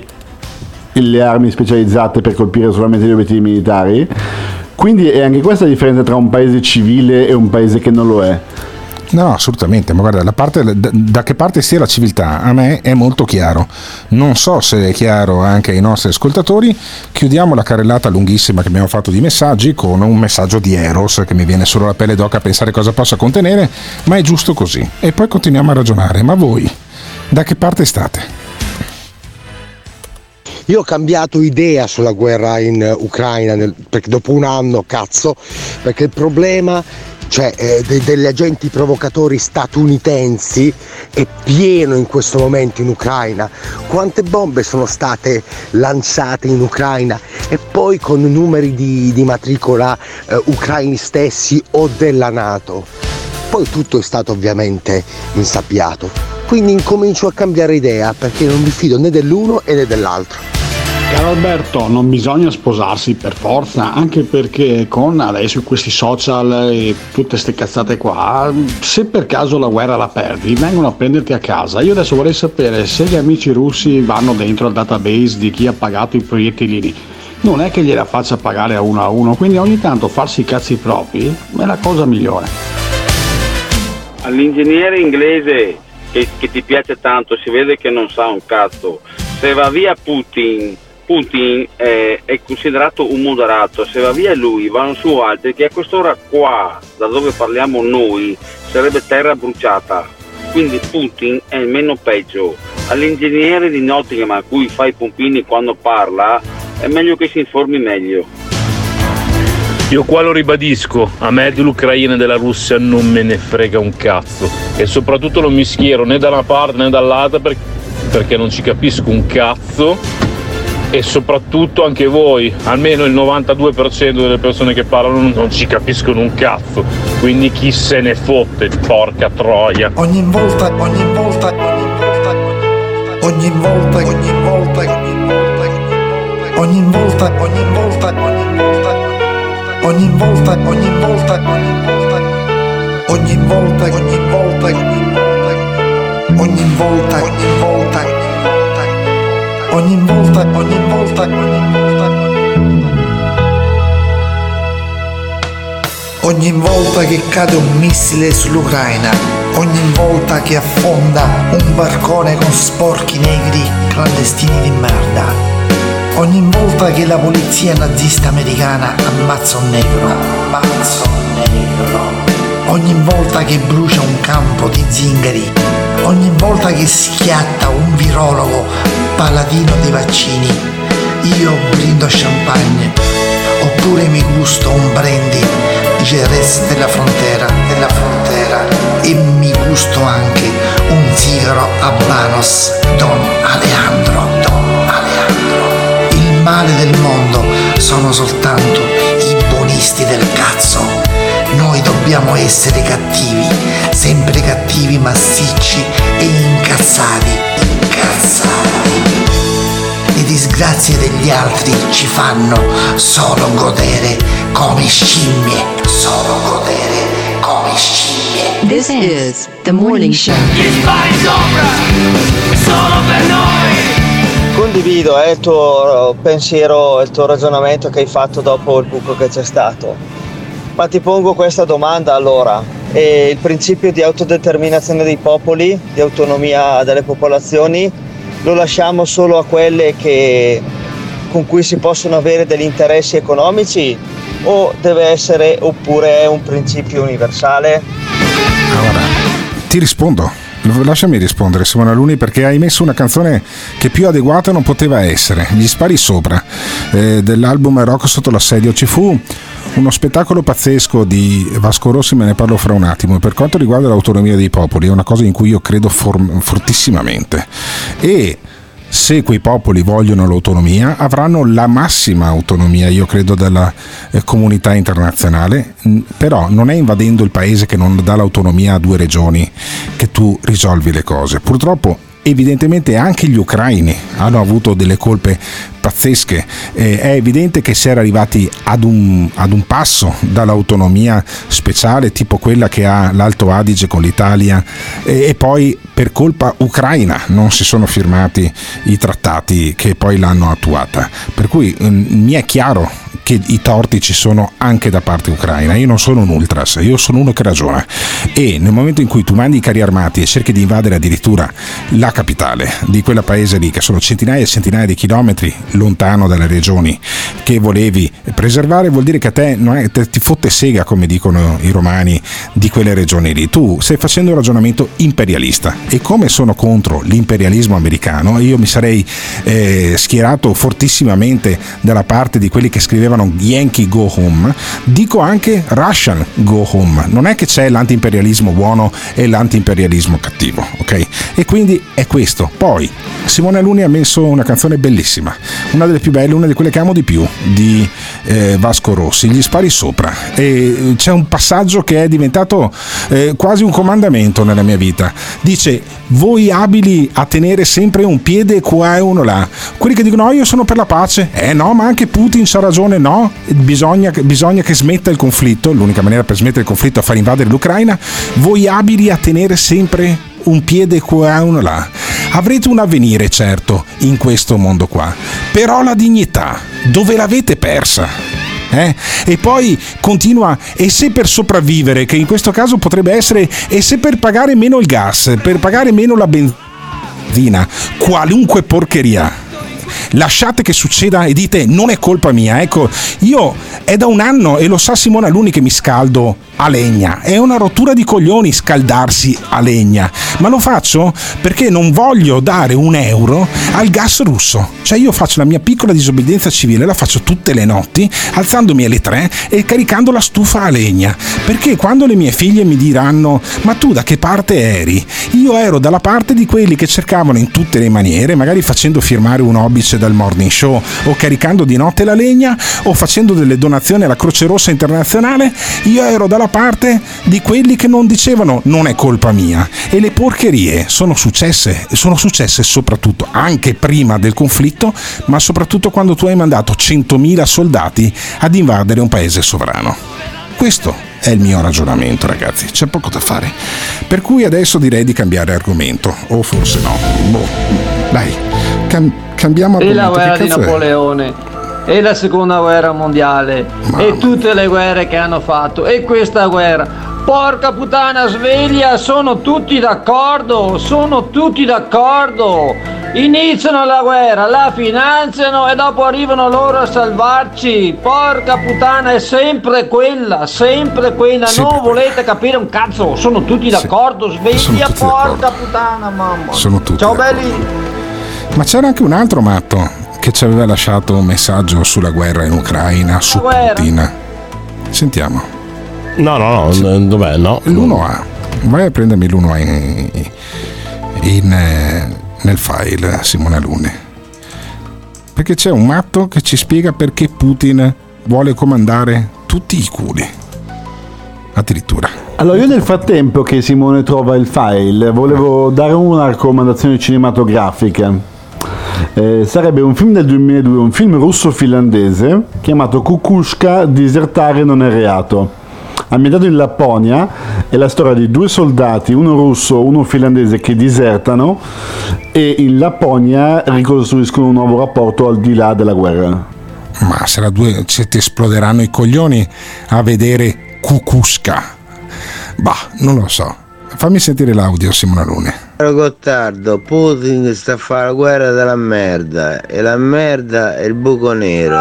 le armi specializzate per colpire solamente gli obiettivi militari. Quindi è anche questa la differenza tra un paese civile e un paese che non lo è. No, assolutamente, ma guarda, la parte, da, da che parte sia la civiltà a me è molto chiaro. Non so se è chiaro anche ai nostri ascoltatori. Chiudiamo la carrellata lunghissima che abbiamo fatto di messaggi con un messaggio di Eros che mi viene solo la pelle d'oca a pensare cosa possa contenere, ma è giusto così. E poi continuiamo a ragionare. Ma voi, da che parte state? Io ho cambiato idea sulla guerra in Ucraina, nel, perché dopo un anno, cazzo, perché il problema cioè eh, de- degli agenti provocatori statunitensi è pieno in questo momento in Ucraina. Quante bombe sono state lanciate in Ucraina e poi con numeri di, di matricola eh, ucraini stessi o della NATO. Poi tutto è stato ovviamente insabbiato, quindi incomincio a cambiare idea perché non mi fido né dell'uno né dell'altro. Caro Alberto, non bisogna sposarsi per forza, anche perché con adesso questi social e tutte queste cazzate qua, se per caso la guerra la perdi, vengono a prenderti a casa. Io adesso vorrei sapere se gli amici russi vanno dentro al database di chi ha pagato i proiettilini. Non è che gliela faccia pagare a uno a uno, quindi ogni tanto farsi i cazzi propri è la cosa migliore. All'ingegnere inglese che, che ti piace tanto, si vede che non sa un cazzo. Se va via Putin, Putin è, è considerato un moderato, se va via lui vanno su altri che a quest'ora qua, da dove parliamo noi, sarebbe terra bruciata. Quindi Putin è il meno peggio. All'ingegnere di Nottingham a cui fa i pompini quando parla è meglio che si informi meglio. Io qua lo ribadisco, a me dell'Ucraina e della Russia non me ne frega un cazzo e soprattutto non mi schiero né da una parte né dall'altra per, perché non ci capisco un cazzo e soprattutto anche voi, almeno il novantadue per cento delle persone che parlano non ci capiscono un cazzo, quindi chi se ne fotte, porca troia. Ogni volta, ogni volta, ogni volta, ogni volta, ogni volta, ogni volta, ogni volta, ogni volta, ogni volta, ogni volta, ogni volta, ogni volta, ogni volta, ogni volta, ogni volta, ogni volta che cade un missile sull'Ucraina, ogni volta che affonda un barcone con sporchi negri clandestini di merda. Ogni volta che la polizia nazista americana ammazza un negro, ammazza un negro. Ogni volta che brucia un campo di zingari, ogni volta che schiatta un virologo paladino dei vaccini, io brindo champagne, oppure mi gusto un brandy Jerez della frontiera, della frontiera, e mi gusto anche un sigaro Habanos Don Alejandro, Don Alejandro. Il male del mondo sono soltanto i buonisti del cazzo. Noi dobbiamo essere cattivi, sempre cattivi, massicci e incazzati, incazzati. Le disgrazie degli altri ci fanno solo godere come scimmie, solo godere come scimmie. This is the morning show. Solo per noi. Condivido eh, il tuo pensiero, il tuo ragionamento che hai fatto dopo il buco che c'è stato, ma ti pongo questa domanda allora: e il principio di autodeterminazione dei popoli, di autonomia delle popolazioni, lo lasciamo solo a quelle che, con cui si possono avere degli interessi economici, o deve essere, oppure è un principio universale? Allora, ti rispondo. Lasciami rispondere, Simona Luni, perché hai messo una canzone che più adeguata non poteva essere. Gli spari sopra, eh, dell'album Rock sotto l'assedio. Ci fu uno spettacolo pazzesco di Vasco Rossi, me ne parlo fra un attimo. Per quanto riguarda l'autonomia dei popoli, è una cosa in cui io credo for- fortissimamente. E se quei popoli vogliono l'autonomia, avranno la massima autonomia, io credo, della eh, comunità internazionale, però non è invadendo il paese che non dà l'autonomia a due regioni che tu risolvi le cose. Purtroppo evidentemente anche gli ucraini hanno avuto delle colpe pazzesche, eh, è evidente che si era arrivati ad un, ad un passo dall'autonomia speciale tipo quella che ha l'Alto Adige con l'Italia, eh, e poi per colpa ucraina non si sono firmati i trattati che poi l'hanno attuata, per cui eh, mi è chiaro che i torti ci sono anche da parte ucraina. Io non sono un ultras, io sono uno che ragiona, e nel momento in cui tu mandi i carri armati e cerchi di invadere addirittura la capitale di quella paese lì, che sono centinaia e centinaia di chilometri lontano dalle regioni che volevi preservare, vuol dire che a te, non è, te ti fotte sega, come dicono i romani, di quelle regioni lì. Tu stai facendo un ragionamento imperialista, e come sono contro l'imperialismo americano, io mi sarei eh, schierato fortissimamente dalla parte di quelli che scrivevano dicevano Yankee go home, dico anche Russian go home. Non è che c'è l'antiimperialismo buono e l'antiimperialismo cattivo, ok? E quindi è questo. Poi Simone Alunni ha messo una canzone bellissima, una delle più belle, una di quelle che amo di più, di eh, Vasco Rossi, Gli spari sopra, e c'è un passaggio che è diventato eh, quasi un comandamento nella mia vita. Dice: voi abili a tenere sempre un piede qua e uno là, quelli che dicono no, io sono per la pace, eh no, ma anche Putin c'ha ragione, no, bisogna, bisogna che smetta il conflitto, l'unica maniera per smettere il conflitto è far invadere l'Ucraina. Voi abili a tenere sempre un piede qua e uno là, avrete un avvenire certo in questo mondo qua, però la dignità dove l'avete persa? Eh? E poi continua: e se per sopravvivere, che in questo caso potrebbe essere, e se per pagare meno il gas, per pagare meno la benzina, qualunque porcheria, lasciate che succeda e dite non è colpa mia. Ecco, io è da un anno, e lo sa Simone Alunni, che mi scaldo a legna. È una rottura di coglioni scaldarsi a legna, ma lo faccio perché non voglio dare un euro al gas russo. Cioè io faccio la mia piccola disobbedienza civile, la faccio tutte le notti alzandomi alle tre e caricando la stufa a legna, perché quando le mie figlie mi diranno ma tu da che parte eri, io ero dalla parte di quelli che cercavano in tutte le maniere, magari facendo firmare un obice dal Morning Show, o caricando di notte la legna, o facendo delle donazioni alla Croce Rossa Internazionale. Io ero dalla parte di quelli che non dicevano non è colpa mia. E le porcherie sono successe, sono successe soprattutto anche prima del conflitto, ma soprattutto quando tu hai mandato centomila soldati ad invadere un paese sovrano. Questo è il mio ragionamento, ragazzi, c'è poco da fare. Per cui adesso direi di cambiare argomento, o forse no. Boh, dai, cam- cambiamo argomento. E la guerra di cazzo è? Napoleone, e la seconda guerra mondiale, Mamma. e tutte le guerre che hanno fatto, e questa guerra. Porca puttana, sveglia, sono tutti d'accordo, sono tutti d'accordo. Iniziano la guerra, la finanziano e dopo arrivano loro a salvarci. Porca puttana, è sempre quella, sempre quella. Sì. Non volete capire un cazzo, sono tutti d'accordo, sveglia, tutti porca d'accordo. puttana, mamma. Sono tutti Ciao d'accordo. belli. Ma c'era anche un altro matto che ci aveva lasciato un messaggio sulla guerra in Ucraina, su guerra. Putin. Sentiamo. No, no, no, dov'è? No. L'uno A. Vai a prendermi l'uno A in, in, eh, nel file, Simone Alunni. Perché c'è un matto che ci spiega perché Putin vuole comandare tutti i culi. Addirittura. Allora, io nel frattempo che Simone trova il file, volevo dare una raccomandazione cinematografica. Eh, sarebbe un film del duemiladue, un film russo-finlandese chiamato Kukushka, disertare non è reato. Ambientato in Lapponia, è la storia di due soldati, uno russo, uno finlandese, che disertano e in Lapponia ricostruiscono un nuovo rapporto al di là della guerra. Ma se, la due, se ti esploderanno i coglioni a vedere Kukushka, bah, non lo so. Fammi sentire l'audio, Simone Alunni. Caro Gottardo, Putin sta a fare la guerra della merda e la merda è il buco nero.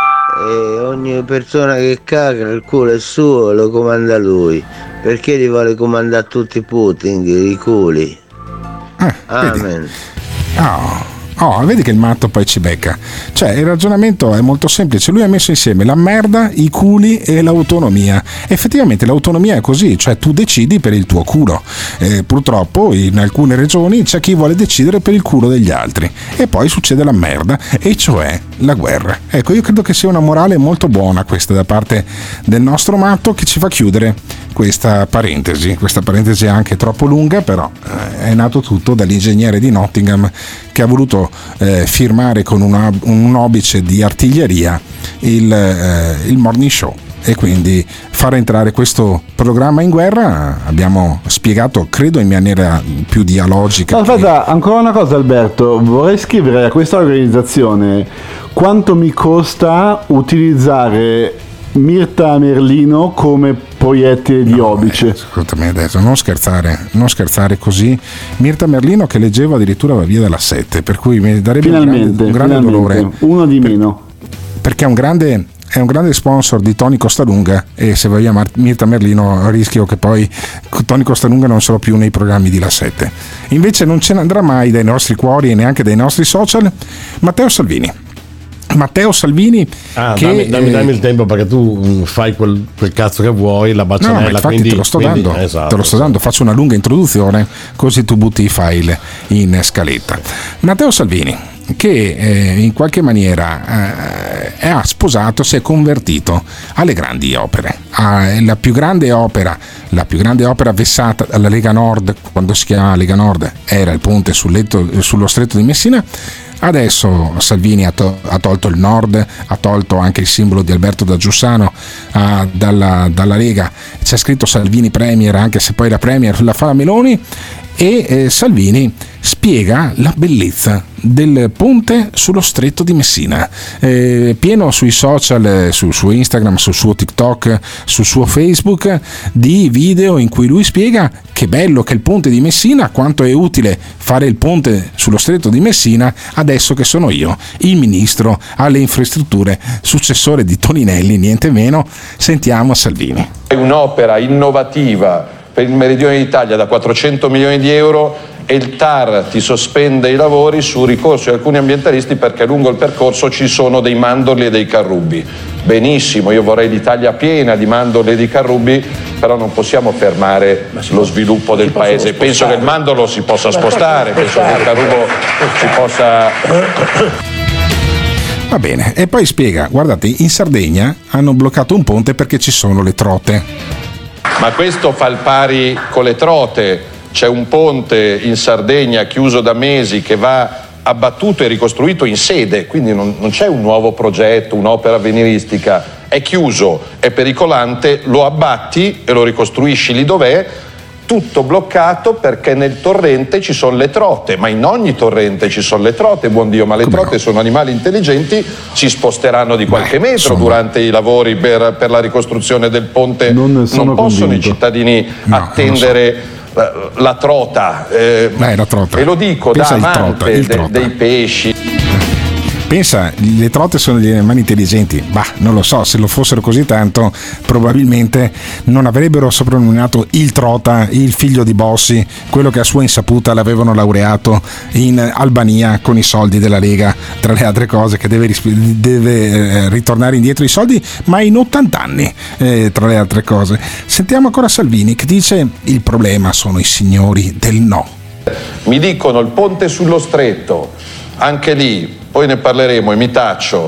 E ogni persona che caga il culo è suo lo comanda lui. Perché li vuole comandare tutti Putin, i culi? Eh, Amen. Oh, oh, vedi che il matto poi ci becca. Cioè, il ragionamento è molto semplice. Lui ha messo insieme la merda, i culi e l'autonomia. Effettivamente l'autonomia è così, cioè tu decidi per il tuo culo. Eh, purtroppo in alcune regioni c'è chi vuole decidere per il culo degli altri. E poi succede la merda, e cioè la guerra. Ecco, io credo che sia una morale molto buona questa da parte del nostro matto, che ci fa chiudere questa parentesi. Questa parentesi è anche troppo lunga, però eh, è nato tutto dall'ingegnere di Nottingham che ha voluto eh, firmare con una, un obice di artiglieria il, eh, il Morning Show, e quindi far entrare questo programma in guerra. Abbiamo spiegato, credo in maniera più dialogica. Aspetta, ancora una cosa, Alberto, vorrei scrivere a questa organizzazione quanto mi costa utilizzare Mirta Merlino come proiettile di no, obice. Eh, ascoltami adesso, non scherzare, non scherzare così. Mirta Merlino, che leggevo addirittura va via dalla sette, per cui mi darebbe finalmente, un grande, un grande dolore. Uno di per, meno. Perché è un grande è un grande sponsor di Tony Costalunga, e se vai via Mirta Merlino rischio che poi Tony Costalunga non sarà più nei programmi di La sette. Invece non ce ne andrà mai dai nostri cuori e neanche dai nostri social Matteo Salvini. Matteo Salvini ah, che, dammi, dammi, eh, dammi il tempo perché tu fai quel, quel cazzo che vuoi, la bacianella, no, infatti quindi, te lo sto quindi, dando, esatto, te lo sto dando, faccio una lunga introduzione così tu butti i file in scaletta. Matteo Salvini che eh, in qualche maniera eh, ha sposato, si è convertito alle grandi opere, ah, la più grande opera la più grande opera vessata dalla Lega Nord, quando si chiamava Lega Nord, era il ponte sul letto, sullo stretto di Messina. Adesso Salvini ha, to- ha tolto il Nord, ha tolto anche il simbolo di Alberto da Giussano ah, dalla, dalla Lega, c'è scritto Salvini Premier, anche se poi la Premier la fa la Meloni, e eh, Salvini spiega la bellezza del ponte sullo stretto di Messina, eh, pieno sui social, sul suo Instagram, sul suo TikTok, sul suo Facebook, di video in cui lui spiega che bello che il ponte di Messina, quanto è utile fare il ponte sullo stretto di Messina adesso che sono io il ministro alle infrastrutture, successore di Toninelli, niente meno. Sentiamo Salvini. È un'opera innovativa per il meridione d'Italia da quattrocento milioni di euro e il T A R ti sospende i lavori su ricorso di alcuni ambientalisti perché lungo il percorso ci sono dei mandorli e dei carrubi. Benissimo, io vorrei l'Italia piena di mandorli e di carrubi, però non possiamo fermare lo sviluppo del paese. Penso che il mandorlo si possa spostare, penso che il carrubo si possa... Va bene, e poi spiega, guardate, in Sardegna hanno bloccato un ponte perché ci sono le trote. Ma questo fa il pari con le trote. C'è un ponte in Sardegna chiuso da mesi che va abbattuto e ricostruito in sede, quindi non, non c'è un nuovo progetto, un'opera avveniristica, è chiuso, è pericolante, lo abbatti e lo ricostruisci lì dov'è, tutto bloccato perché nel torrente ci sono le trote, ma in ogni torrente ci sono le trote, buon Dio, ma le Come trote no? sono animali intelligenti, si sposteranno di qualche Beh, metro sono... durante i lavori per, per la ricostruzione del ponte, non, non possono convinto. I cittadini no, attendere la, la trota, eh, Beh, la trota, e lo dico Pensa da amante trota, de, trota. dei pesci. Pensa, le trote sono degli animali intelligenti, bah, non lo so, se lo fossero così tanto probabilmente non avrebbero soprannominato il trota, il figlio di Bossi, quello che a sua insaputa l'avevano laureato in Albania con i soldi della Lega, tra le altre cose, che deve, deve eh, ritornare indietro i soldi, ma in ottanta anni, eh, tra le altre cose. Sentiamo ancora Salvini che dice: il problema sono i signori del no. Mi dicono il ponte sullo stretto, anche lì poi ne parleremo e mi taccio.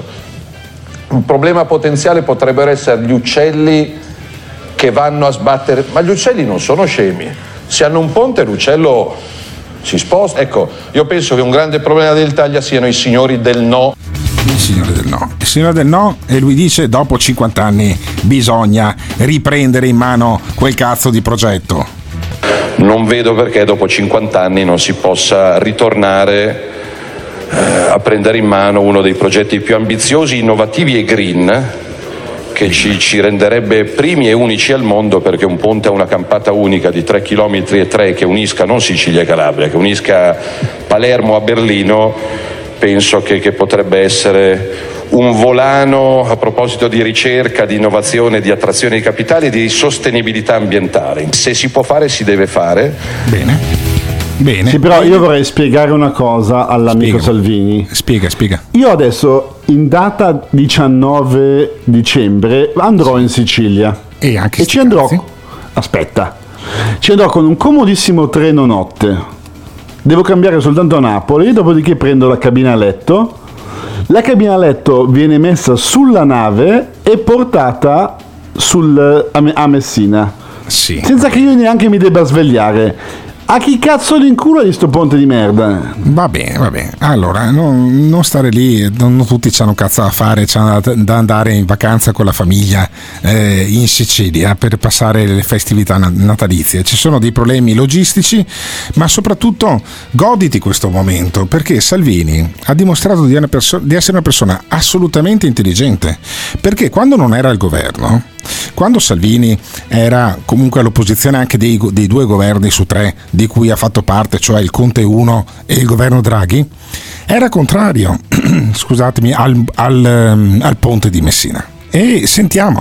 Un problema potenziale potrebbero essere gli uccelli che vanno a sbattere, ma gli uccelli non sono scemi, se hanno un ponte l'uccello si sposta. Ecco, io penso che un grande problema dell'Italia siano i signori del no. Il signore del no, il signore del no, e lui dice: dopo cinquanta anni bisogna riprendere in mano quel cazzo di progetto. Non vedo perché dopo cinquanta anni non si possa ritornare a prendere in mano uno dei progetti più ambiziosi, innovativi e green, che ci, ci renderebbe primi e unici al mondo, perché un ponte a una campata unica di tre chilometri e tre che unisca non Sicilia e Calabria, che unisca Palermo a Berlino, penso che, che potrebbe essere un volano a proposito di ricerca, di innovazione, di attrazione di capitali e di sostenibilità ambientale. Se si può fare, si deve fare. Bene. Bene. Sì, però io vorrei spiegare una cosa all'amico spiega. Salvini. Spiega, spiega. Io adesso in data diciannove dicembre andrò in Sicilia e, anche e ci andrò. Aspetta, ci andrò con un comodissimo treno notte. Devo cambiare soltanto a Napoli, dopodiché prendo la cabina letto. La cabina letto viene messa sulla nave e portata sul, a, a Messina. Sì. Senza che io neanche mi debba svegliare. A chi cazzo di inculo di sto ponte di merda? Va bene, va bene. Allora, non, non stare lì, non, non tutti c'hanno cazzo da fare, c'hanno da, da andare in vacanza con la famiglia eh, in Sicilia per passare le festività natalizie. Ci sono dei problemi logistici, ma soprattutto goditi questo momento, perché Salvini ha dimostrato di, una perso- di essere una persona assolutamente intelligente, perché quando non era al governo, quando Salvini era comunque all'opposizione anche dei, dei due governi su tre di cui ha fatto parte, cioè il Conte uno e il governo Draghi, era contrario scusatemi al, al, al ponte di Messina. E sentiamo.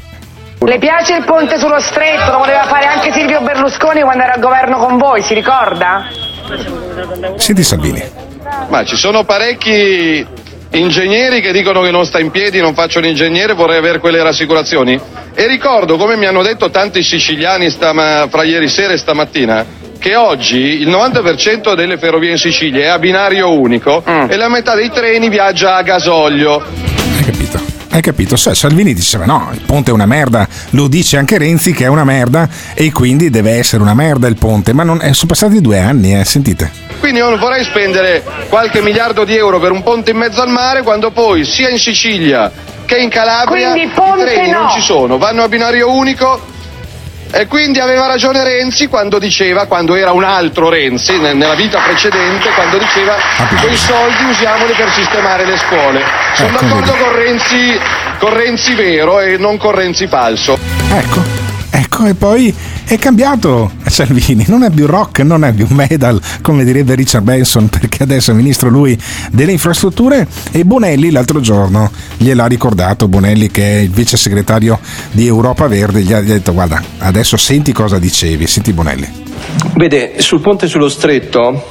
Le piace il ponte sullo stretto? Lo voleva fare anche Silvio Berlusconi quando era al governo con voi, si ricorda? Senti Salvini. Ma ci sono parecchi ingegneri che dicono che non sta in piedi, non faccio l'ingegnere, vorrei avere quelle rassicurazioni. E ricordo, come mi hanno detto tanti siciliani stama, fra ieri sera e stamattina, che oggi il novanta per cento delle ferrovie in Sicilia è a binario unico mm. e la metà dei treni viaggia a gasolio. Hai capito? Hai capito? Salvini diceva no, il ponte è una merda, lo dice anche Renzi che è una merda e quindi deve essere una merda il ponte, ma non, eh, sono passati due anni, eh, sentite. Quindi io non vorrei spendere qualche miliardo di euro per un ponte in mezzo al mare quando poi sia in Sicilia che in Calabria i treni no. non ci sono, vanno a binario unico. E quindi aveva ragione Renzi quando diceva, quando era un altro Renzi nella vita precedente, quando diceva quei soldi usiamoli per sistemare le scuole. Sono ecco, d'accordo vedi. con Renzi, con Renzi vero e non con Renzi falso. Ecco, ecco, e poi è cambiato Salvini, non è più rock, non è più metal, come direbbe Richard Benson, perché adesso è ministro lui delle infrastrutture. E Bonelli l'altro giorno gliel'ha ricordato, Bonelli che è il vice segretario di Europa Verde, gli ha detto guarda, adesso senti cosa dicevi, senti Bonelli. Vede, sul ponte sullo stretto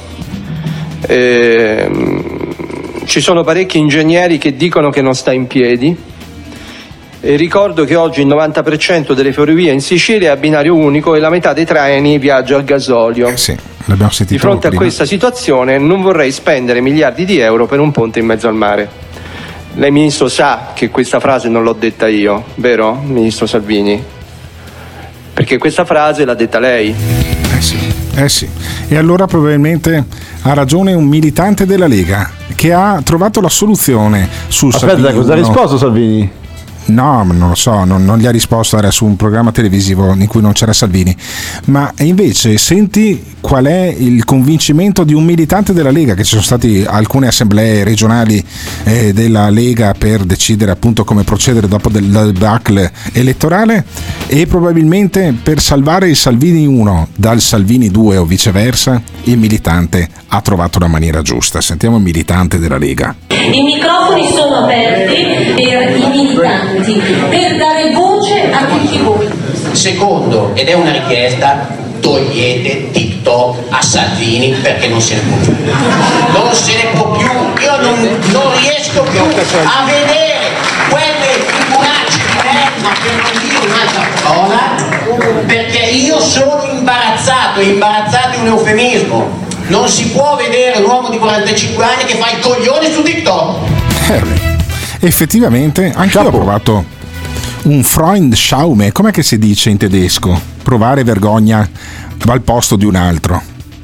ehm, ci sono parecchi ingegneri che dicono che non sta in piedi. E ricordo che oggi il novanta per cento delle ferrovie in Sicilia è a binario unico e la metà dei treni viaggia al gasolio. Eh sì, l'abbiamo sentito Di fronte prima. a questa situazione non vorrei spendere miliardi di euro per un ponte in mezzo al mare. Lei, ministro, sa che questa frase non l'ho detta io, vero, ministro Salvini? Perché questa frase l'ha detta lei. Eh sì, eh sì. E allora probabilmente ha ragione un militante della Lega che ha trovato la soluzione su Aspetta, Salvini. cosa ha risposto Salvini? No, non lo so, non, non gli ha risposto, era su un programma televisivo in cui non c'era Salvini, ma invece senti qual è il convincimento di un militante della Lega, che ci sono state alcune assemblee regionali eh, della Lega per decidere appunto come procedere dopo del debacle elettorale, e probabilmente per salvare il Salvini uno dal Salvini due o viceversa, il militante ha trovato la maniera giusta. Sentiamo il militante della Lega. I microfoni sono aperti per i militanti, per dare voce a tutti voi. Secondo, ed è una richiesta, togliete TikTok a Salvini perché non se ne può più. Non se ne può più. Io non, non riesco più a vedere quelle figuracce di merda, per non dire un'altra cosa, perché io sono imbarazzato, imbarazzato è un eufemismo. Non si può vedere un uomo di quarantacinque anni che fa il coglione su TikTok. Eh, effettivamente, anche io ho provato un Freundschaume, com'è che si dice in tedesco? Provare vergogna al posto di un altro.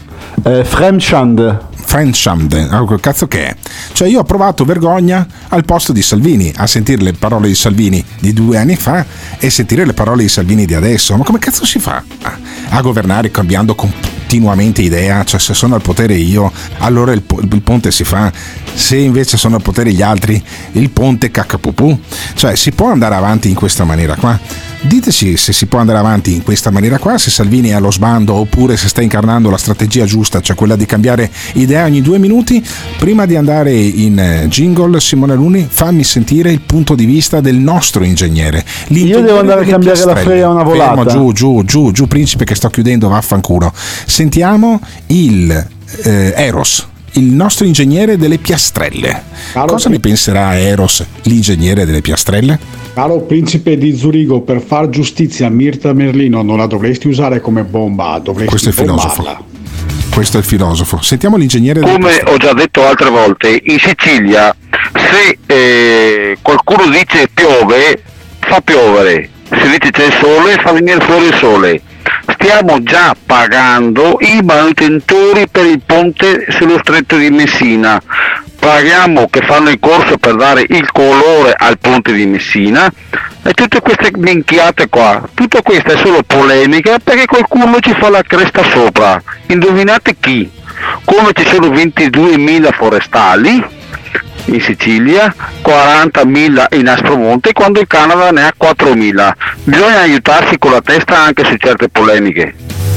Eh, Fremdschande. Fremdschande, che cazzo che è? Cioè io ho provato vergogna al posto di Salvini, a sentire le parole di Salvini di due anni fa e sentire le parole di Salvini di adesso. Ma come cazzo si fa a governare cambiando continuamente idea? Cioè se sono al potere io, allora il, il ponte si fa, se invece sono al potere gli altri, il ponte caccapupù. Cioè si può andare avanti in questa maniera qua? Diteci se si può andare avanti in questa maniera qua, se Salvini è allo sbando oppure se sta incarnando la strategia giusta, cioè quella di cambiare idea ogni due minuti. Prima di andare in jingle, Simone Alunni, fammi sentire il punto di vista del nostro ingegnere. Io devo andare a cambiare la freia una volata. Fermo, giù, giù, giù, giù, principe, che sto chiudendo, vaffanculo. Sentiamo il eh, Eros, il nostro ingegnere delle piastrelle. Caro Cosa ne penserà Eros, l'ingegnere delle piastrelle? Caro principe di Zurigo, per far giustizia a Mirta Merlino non la dovresti usare come bomba, dovresti Questo è il filosofo. bombarla. Questo è il filosofo. Sentiamo l'ingegnere. Come ho già detto altre volte, in Sicilia se eh, qualcuno dice piove, fa piovere. Se dice c'è il sole, fa venire fuori il sole. Stiamo già pagando i manutentori per il ponte sullo stretto di Messina. Paghiamo che fanno il corso per dare il colore al ponte di Messina, e tutte queste minchiate qua, tutta questa è solo polemica perché qualcuno ci fa la cresta sopra. Indovinate chi? Come ci sono ventiduemila forestali in Sicilia, quarantamila in Aspromonte, quando il Canada ne ha quattromila. Bisogna aiutarsi con la testa anche su certe polemiche.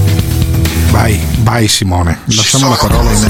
Vai, vai Simone, lasciamo la parola in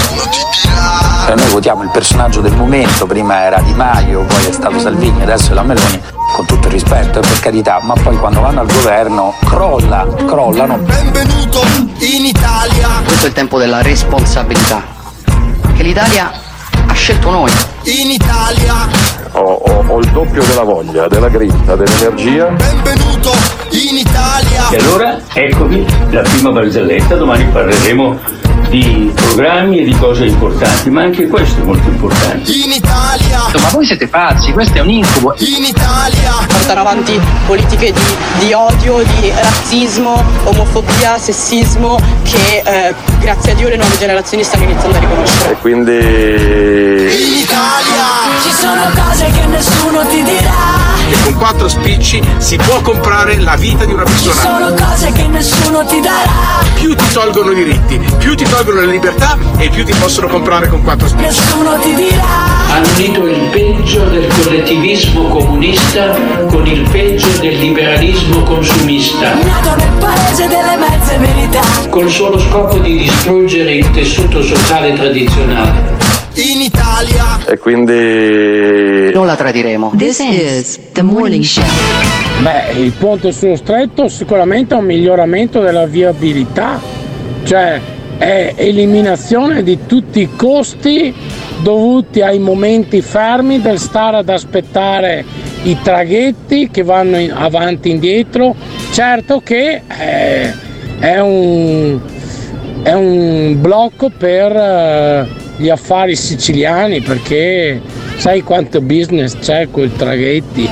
Eh, noi votiamo il personaggio del momento, prima era Di Maio, poi è stato Salvini, adesso è la Meloni, con tutto il rispetto e per carità, ma poi quando vanno al governo crolla, crollano. Benvenuto in Italia. Questo è il tempo della responsabilità, che l'Italia ha scelto noi. in Italia. Ho, ho, ho il doppio della voglia, della grinta, dell'energia. Benvenuto in Italia. E allora eccomi la prima barzelletta. Domani parleremo di programmi e di cose importanti, ma anche questo è molto importante. In Italia. Ma voi siete pazzi, questo è un incubo. In Italia. Portare avanti politiche di, di odio, di razzismo, omofobia, sessismo che eh, grazie a Dio le nuove generazioni stanno iniziando a riconoscere. E quindi in Italia ci sono cose che nessuno ti dirà. E con quattro spicci si può comprare la vita di una persona. Ci sono cose che nessuno ti darà. Più ti tolgono i diritti, più ti tolgono le libertà e più ti possono comprare con quattro spicci. Nessuno ti dirà. Hanno unito il peggio del collettivismo comunista con il peggio del liberalismo consumista. Nato nel paese delle mezze verità. Col solo scopo di distruggere il tessuto sociale tradizionale. In Italia. E quindi non la tradiremo. This is the morning show. Beh, il ponte sullo stretto sicuramente è un miglioramento della viabilità, cioè è eliminazione di tutti i costi dovuti ai momenti fermi del stare ad aspettare i traghetti che vanno in avanti e indietro. Certo che è, è un è un blocco per uh, gli affari siciliani, perché sai quanto business c'è con i traghetti.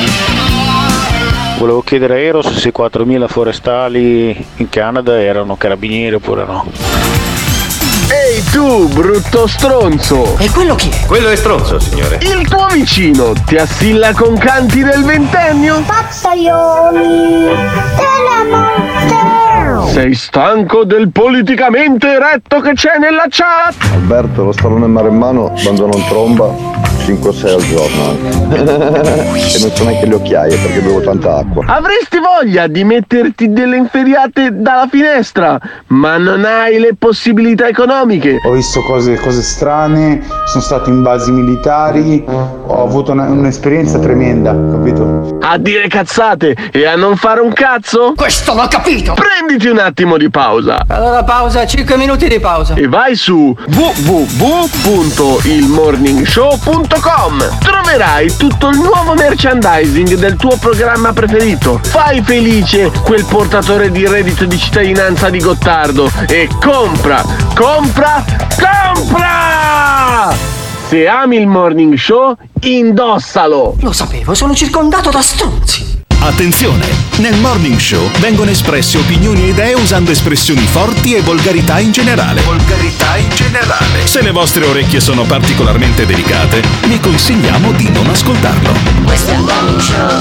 Volevo chiedere a Eros se i quattromila forestali in Canada erano carabinieri oppure no. Ehi tu, brutto stronzo! E quello chi è? Quello è stronzo, signore. Il tuo vicino ti assilla con canti del ventennio? Pazzaioli della morte. Sei stanco del politicamente eretto che c'è nella chat? Alberto, lo stallone maremmano abbandona un tromba cinque o sei al giorno anche. E non so neanche le occhiaie perché bevo tanta acqua. Avresti voglia di metterti delle inferriate dalla finestra, ma non hai le possibilità economiche. Ho visto cose, cose strane, sono stato in basi militari, ho avuto una, un'esperienza tremenda, capito? A dire cazzate e a non fare un cazzo? Questo l'ho capito! Prenditi un attimo di pausa. Allora pausa, cinque minuti di pausa. E vai su w w w punto il morning show punto com. Troverai tutto il nuovo merchandising del tuo programma preferito. Fai felice quel portatore di reddito di cittadinanza di Gottardo e compra, compra, compra! Se ami il morning show, indossalo! Lo sapevo, sono circondato da stronzi. Attenzione! Nel Morning Show vengono espresse opinioni e idee usando espressioni forti e volgarità in generale. Volgarità in generale. Se le vostre orecchie sono particolarmente delicate, vi consigliamo di non ascoltarlo. Questo è il Morning Show.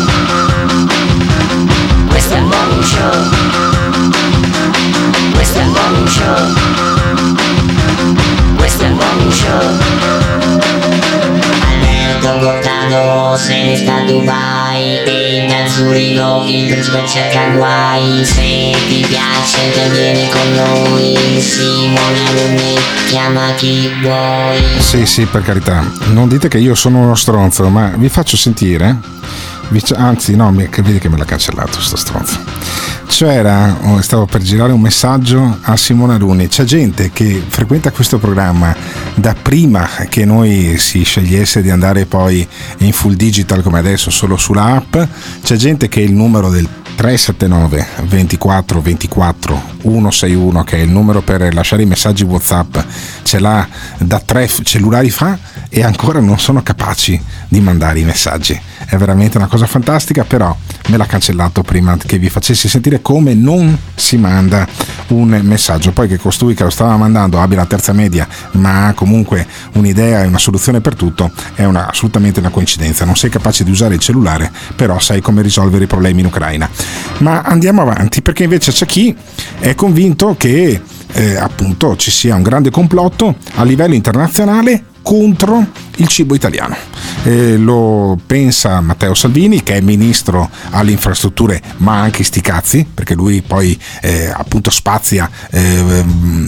Questo è il Morning Show. Questo è il Morning Show. Questo è il Morning Show. Gottardo se ne sta a Dubai e da Zurigo il principe cerca guai. Se ti piace te vieni con noi, Simone Alunni chiama chi vuoi. Sì sì, per carità, non dite che io sono uno stronzo, ma vi faccio sentire, anzi no, che vedi che me l'ha cancellato sto stronzo. C'era, stavo per girare un messaggio a Simone Alunni. C'è gente che frequenta questo programma da prima che noi si scegliesse di andare poi in full digital come adesso solo sulla app. C'è gente che il numero del tre sette nove ventiquattro ventiquattro centosessantuno, che è il numero per lasciare i messaggi WhatsApp, ce l'ha da tre cellulari fa e ancora non sono capaci di mandare i messaggi. È veramente una cosa fantastica, però me l'ha cancellato prima che vi facessi sentire come non si manda un messaggio. Poi che costui che lo stava mandando abbia la terza media ma ha comunque un'idea e una soluzione per tutto è una, assolutamente una coincidenza. Non sei capace di usare il cellulare, però sai come risolvere i problemi in Ucraina. Ma andiamo avanti, perché invece c'è chi è convinto che eh, appunto ci sia un grande complotto a livello internazionale contro il cibo italiano. Eh, lo pensa Matteo Salvini, che è ministro alle infrastrutture, ma anche sti cazzi, perché lui poi eh, appunto spazia eh,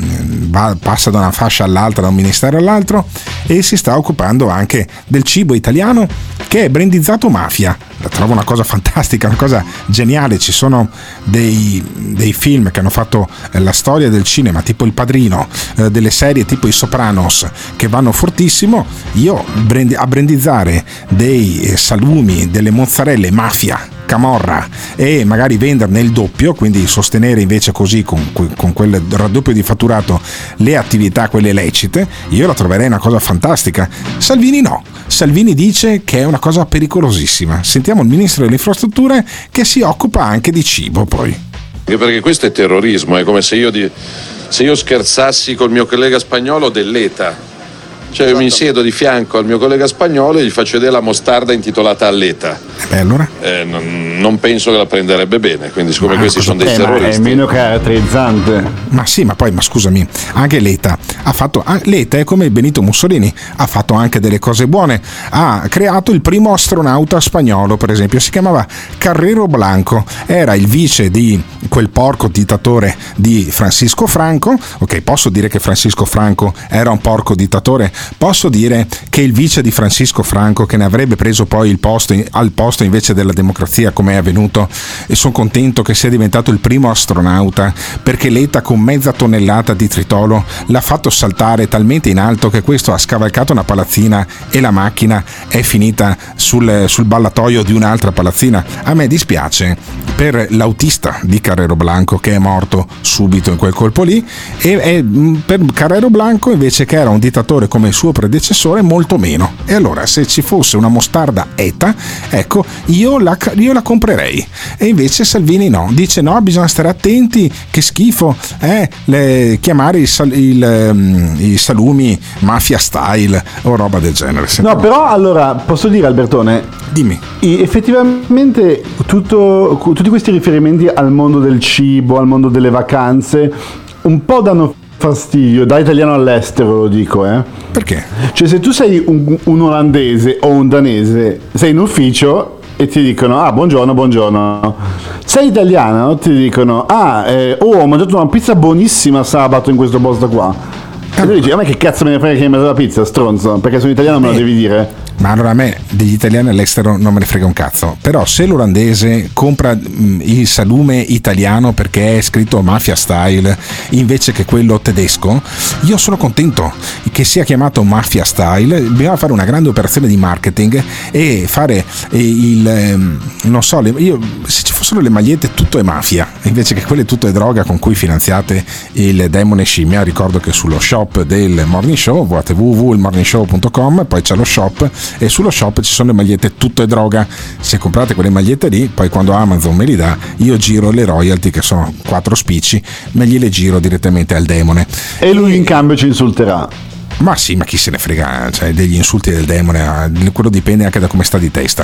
va, passa da una fascia all'altra, da un ministero all'altro, e si sta occupando anche del cibo italiano che è brandizzato mafia. La trovo una cosa fantastica, una cosa geniale. Ci sono dei, dei film che hanno fatto eh, la storia del cinema, tipo Il Padrino, eh, delle serie tipo I Sopranos, che vanno fortissimo. Io brand- a brandizzare dei eh, salumi, delle mozzarelle mafia, camorra, e magari venderne il doppio, quindi sostenere invece così con, con quel raddoppio di fatturato le attività, quelle lecite, io la troverei una cosa fantastica. Salvini no, Salvini dice che è una cosa pericolosissima. Sentiamo il ministro delle infrastrutture che si occupa anche di cibo poi. Perché questo è terrorismo, è come se io, di, se io scherzassi col mio collega spagnolo dell'ETA. Cioè io mi siedo di fianco al mio collega spagnolo e gli faccio vedere la mostarda intitolata Alleta. E allora? Eh, non, non penso che la prenderebbe bene, quindi siccome ma questi sono dei eh, terroristi. Ma è meno caratterizzante. Ma sì, ma poi, ma scusami, anche l'ETA ha fatto, l'ETA è come Benito Mussolini, ha fatto anche delle cose buone. Ha creato il primo astronauta spagnolo, per esempio, si chiamava Carrero Blanco, era il vice di quel porco dittatore di Francisco Franco. Ok, posso dire che Francisco Franco era un porco dittatore? Posso dire che il vice di Francisco Franco, che ne avrebbe preso poi il posto al posto invece della democrazia, come è avvenuto, e sono contento che sia diventato il primo astronauta, perché l'ETA con mezza tonnellata di tritolo l'ha fatto saltare talmente in alto che questo ha scavalcato una palazzina e la macchina è finita sul, sul ballatoio di un'altra palazzina. A me dispiace per l'autista di Carrero Blanco, che è morto subito in quel colpo lì, e, e per Carrero Blanco invece, che era un dittatore come il suo predecessore, molto meno. E allora, se ci fosse una mostarda ETA, ecco, io la, io la comprerei. E invece Salvini no, dice no, bisogna stare attenti, che schifo eh, le, chiamare i, sal, il, um, i salumi mafia style o roba del genere. No, però allora posso dire, Albertone, dimmi, effettivamente tutto, tutti questi riferimenti al mondo del cibo, al mondo delle vacanze, un po' danno fastidio, da italiano all'estero lo dico, eh. Perché? Cioè, se tu sei un, un olandese o un danese, sei in ufficio e ti dicono ah buongiorno buongiorno, sei italiano, ti dicono ah eh, oh ho mangiato una pizza buonissima sabato in questo posto qua, e tu dici a me che cazzo me ne frega che hai mangiato la pizza, stronzo, perché sono italiano me lo devi dire. Ma allora a me degli italiani all'estero non me ne frega un cazzo, però se l'olandese compra mh, il salume italiano perché è scritto mafia style invece che quello tedesco, io sono contento che sia chiamato mafia style. Bisogna fare una grande operazione di marketing e fare il ehm, non so, le, io, se ci fossero le magliette tutto è mafia invece che quelle tutto è droga con cui finanziate il demone scimmia. Ricordo che sullo shop del Morning Show, w w w punto il morning show punto com, poi c'è lo shop e sullo shop ci sono le magliette tutto è droga. Se comprate quelle magliette lì, poi quando Amazon me li dà, io giro le royalty, che sono quattro spicci, me gliele giro direttamente al demone e lui in cambio ci insulterà. Ma sì, ma chi se ne frega, cioè degli insulti del demone, quello dipende anche da come sta di testa.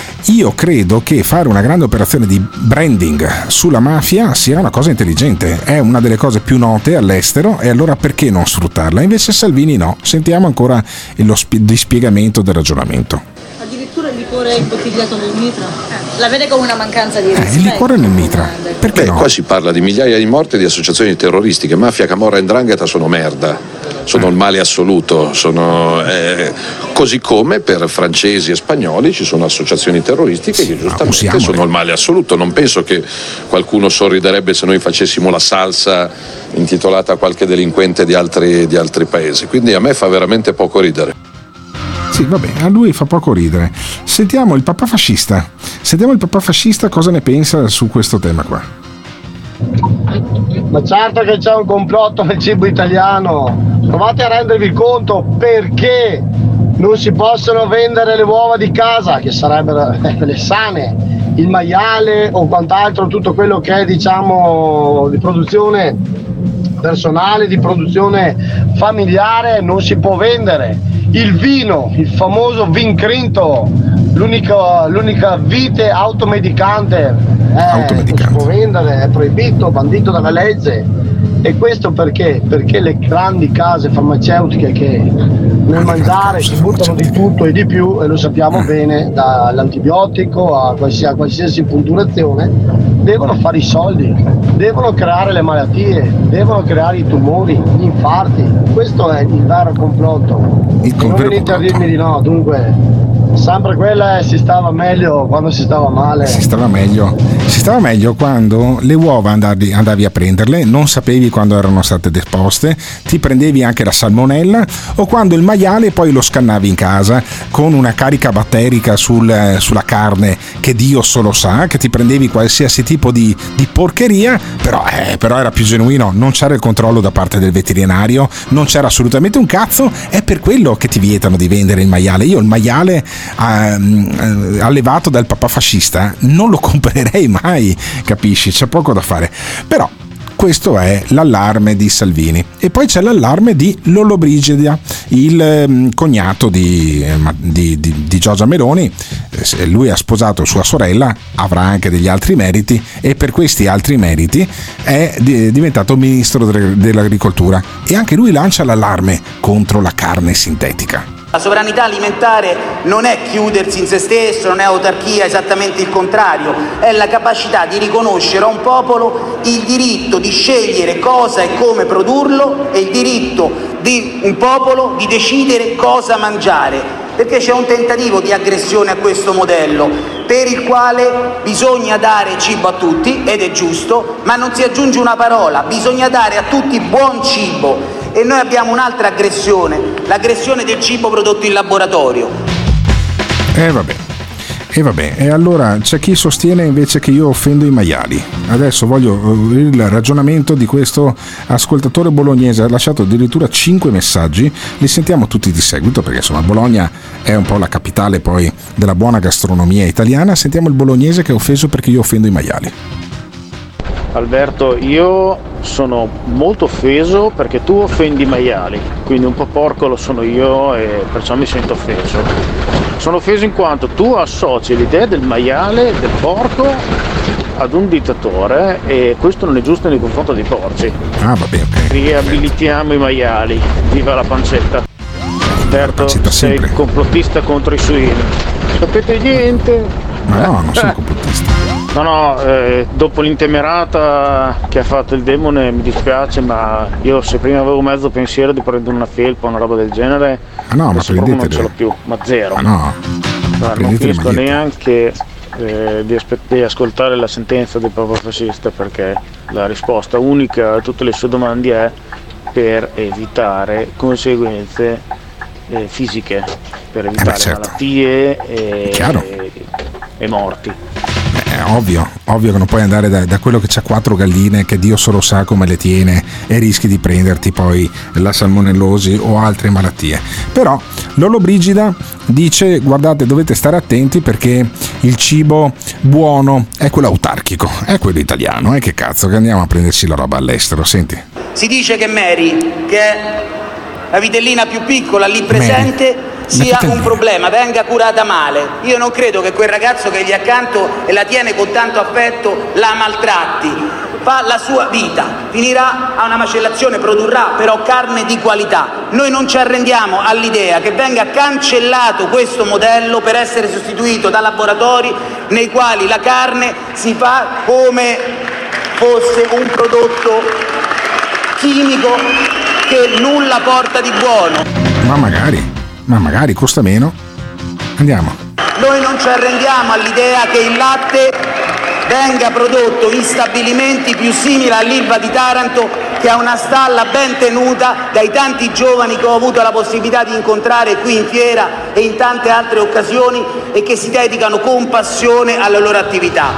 Io credo che fare una grande operazione di branding sulla mafia sia una cosa intelligente, è una delle cose più note all'estero, e allora perché non sfruttarla? Invece Salvini no. Sentiamo ancora lo spi- dispiegamento del ragionamento. Addirittura il liquore ipotigliato nel mitra la vede come una mancanza di rispetto. Eh, il liquore nel mitra, perché Beh, no? Qua si parla di migliaia di morti di associazioni terroristiche. Mafia, camorra e 'ndrangheta sono merda, sono il male assoluto, sono, eh, così come per francesi e spagnoli ci sono associazioni terroristiche che giustamente sono il male assoluto. Non penso che qualcuno sorriderebbe se noi facessimo la salsa intitolata a qualche delinquente di altri, di altri paesi, quindi a me fa veramente poco ridere. Sì, vabbè, a lui fa poco ridere. Sentiamo il papà fascista. Sentiamo il papà fascista cosa ne pensa su questo tema qua. Ma certo che c'è un complotto nel cibo italiano. Provate a rendervi conto perché non si possono vendere le uova di casa, che sarebbero le sane, il maiale o quant'altro, tutto quello che è, diciamo, di produzione personale, di produzione familiare, non si può vendere. Il vino, il famoso vin crinto, l'unica, l'unica vite automedicante, eh, non si può vendere, è proibito, bandito dalla legge. E questo perché? Perché le grandi case farmaceutiche che nel mangiare si buttano di tutto e di più, e lo sappiamo bene, dall'antibiotico a qualsiasi, a qualsiasi punturazione, devono fare i soldi, devono creare le malattie, devono creare i tumori, gli infarti. Questo è il vero complotto. Il non venite a dirmi di no, dunque sempre quella è, si stava meglio quando si stava male. Si stava meglio, si stava meglio quando le uova andavi, andavi a prenderle, non sapevi quando erano state deposte, ti prendevi anche la salmonella, o quando il maiale poi lo scannavi in casa con una carica batterica sul, sulla carne che Dio solo sa, che ti prendevi qualsiasi tipo di, di porcheria, però, eh, però era più genuino, non c'era il controllo da parte del veterinario, non c'era assolutamente un cazzo, è per quello che ti vietano di vendere il maiale. Io il maiale Uh, allevato dal papà fascista non lo comprerei mai, capisci? C'è poco da fare. Però questo è l'allarme di Salvini. E poi c'è l'allarme di Lollobrigida, il um, cognato di, di, di, di Giorgia Meloni. Eh, lui ha sposato sua sorella, avrà anche degli altri meriti, e per questi altri meriti è di, diventato ministro de, dell'agricoltura, e anche lui lancia l'allarme contro la carne sintetica. La sovranità alimentare non è chiudersi in se stesso, non è autarchia, esattamente il contrario, è la capacità di riconoscere a un popolo il diritto di scegliere cosa e come produrlo, e il diritto di un popolo di decidere cosa mangiare, perché c'è un tentativo di aggressione a questo modello per il quale bisogna dare cibo a tutti, ed è giusto, ma non si aggiunge una parola, bisogna dare a tutti buon cibo. E noi abbiamo un'altra aggressione, l'aggressione del cibo prodotto in laboratorio. Eh vabbè, e vabbè, e allora c'è chi sostiene invece che io offendo i maiali. Adesso voglio il ragionamento di questo ascoltatore bolognese, ha lasciato addirittura cinque messaggi, li sentiamo tutti di seguito perché insomma Bologna è un po' la capitale poi della buona gastronomia italiana. Sentiamo il bolognese che è offeso perché io offendo i maiali. Alberto, io sono molto offeso perché tu offendi i maiali, quindi un po' porco lo sono io e perciò mi sento offeso. Sono offeso in quanto tu associ l'idea del maiale, del porco, ad un dittatore, e questo non è giusto nei confronti dei porci. Ah, va bene, ok. Riabilitiamo i maiali, viva la pancetta. Alberto, sei sempre complottista contro i suini. Sapete niente? Ma no, non sono complottista. No, no, eh, dopo l'intemerata che ha fatto il demone mi dispiace, ma io se prima avevo mezzo pensiero di prendere una felpa o una roba del genere, ah no, ma proprio non ce l'ho più, ma zero. Ah no, no non finisco neanche eh, di, aspe- di ascoltare la sentenza del Papa fascista, perché la risposta unica a tutte le sue domande è per evitare conseguenze eh, fisiche, per evitare eh beh, certo. malattie e, e, e morti. È ovvio, ovvio che non puoi andare da, da quello che c'ha quattro galline che Dio solo sa come le tiene e rischi di prenderti poi la salmonellosi o altre malattie. Però Lollobrigida dice: guardate, dovete stare attenti perché il cibo buono è quello autarchico, è quello italiano, eh, che cazzo che andiamo a prenderci la roba all'estero. Senti, si dice che Mary, che è la vitellina più piccola lì presente, Mary sia un problema, venga curata male. Io non credo che quel ragazzo che gli è accanto e la tiene con tanto affetto la maltratti. Fa la sua vita, finirà a una macellazione, produrrà però carne di qualità. Noi non ci arrendiamo all'idea che venga cancellato questo modello per essere sostituito da laboratori nei quali la carne si fa come fosse un prodotto chimico che nulla porta di buono. Ma magari Ma magari costa meno. Andiamo. Noi non ci arrendiamo all'idea che il latte venga prodotto in stabilimenti più simili all'Ilva di Taranto, che ha una stalla ben tenuta dai tanti giovani che ho avuto la possibilità di incontrare qui in fiera e in tante altre occasioni, e che si dedicano con passione alla loro attività.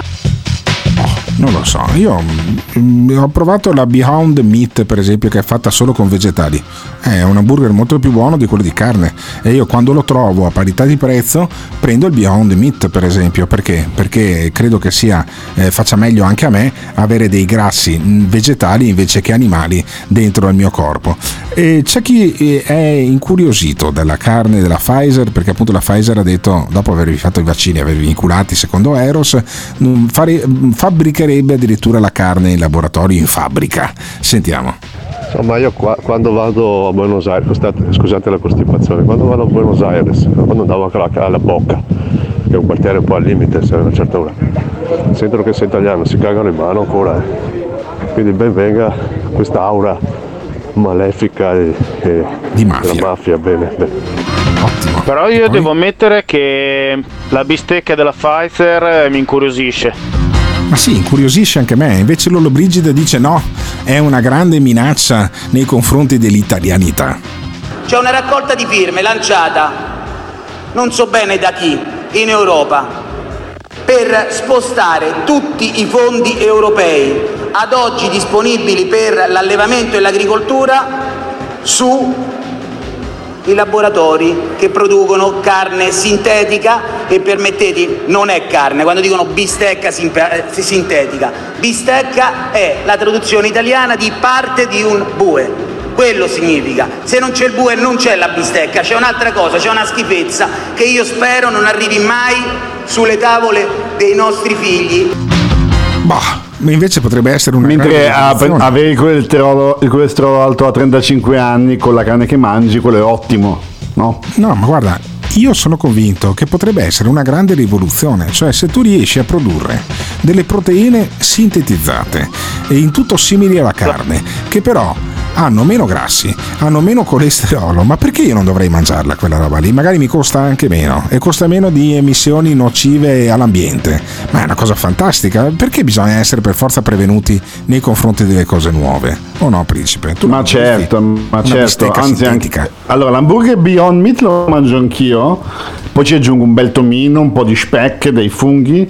Non lo so, io mh, ho provato la Beyond Meat per esempio, che è fatta solo con vegetali, è un hamburger molto più buono di quello di carne, e io quando lo trovo a parità di prezzo prendo il Beyond Meat per esempio. Perché? Perché credo che sia eh, faccia meglio anche a me avere dei grassi vegetali invece che animali dentro il mio corpo. E c'è chi è incuriosito dalla carne della Pfizer, perché appunto la Pfizer ha detto, dopo avervi fatto i vaccini, avervi inculati secondo Eros, fare, fabbricherebbe addirittura la carne in laboratorio in fabbrica. Sentiamo. Insomma, io qua, quando vado a Buenos Aires, scusate, scusate la costipazione, quando vado a Buenos Aires, quando andavo alla, alla Bocca, che è un quartiere un po' al limite, se a una certa ora, sentono che sei italiano, si cagano in mano ancora. Eh. Quindi ben venga questa aura malefica e, e di mafia. della mafia, bene, bene. Ottimo. Però io devo ammettere che la bistecca della Pfizer mi incuriosisce. Ma sì, incuriosisce anche me, invece Lollobrigida dice no, è una grande minaccia nei confronti dell'italianità. C'è una raccolta di firme lanciata, non so bene da chi, in Europa, per spostare tutti i fondi europei ad oggi disponibili per l'allevamento e l'agricoltura su i laboratori che producono carne sintetica e, permettete, non è carne, quando dicono bistecca sintetica, bistecca è la traduzione italiana di parte di un bue, quello significa. Se non c'è il bue non c'è la bistecca, c'è un'altra cosa, c'è una schifezza che io spero non arrivi mai sulle tavole dei nostri figli. Bah, invece potrebbe essere una mentre avere il colesterolo, il colesterolo alto a trentacinque anni con la carne che mangi, quello è ottimo, no? No, ma guarda, io sono convinto che potrebbe essere una grande rivoluzione, cioè se tu riesci a produrre delle proteine sintetizzate e in tutto simili alla carne, che però hanno meno grassi, hanno meno colesterolo, ma perché io non dovrei mangiarla quella roba lì? Magari mi costa anche meno e costa meno di emissioni nocive all'ambiente, ma è una cosa fantastica. Perché bisogna essere per forza prevenuti nei confronti delle cose nuove? O no, principe? Tu ma certo, ma certo, anzi anche, allora l'hamburger Beyond Meat lo mangio anch'io, poi ci aggiungo un bel tomino, un po' di speck, dei funghi,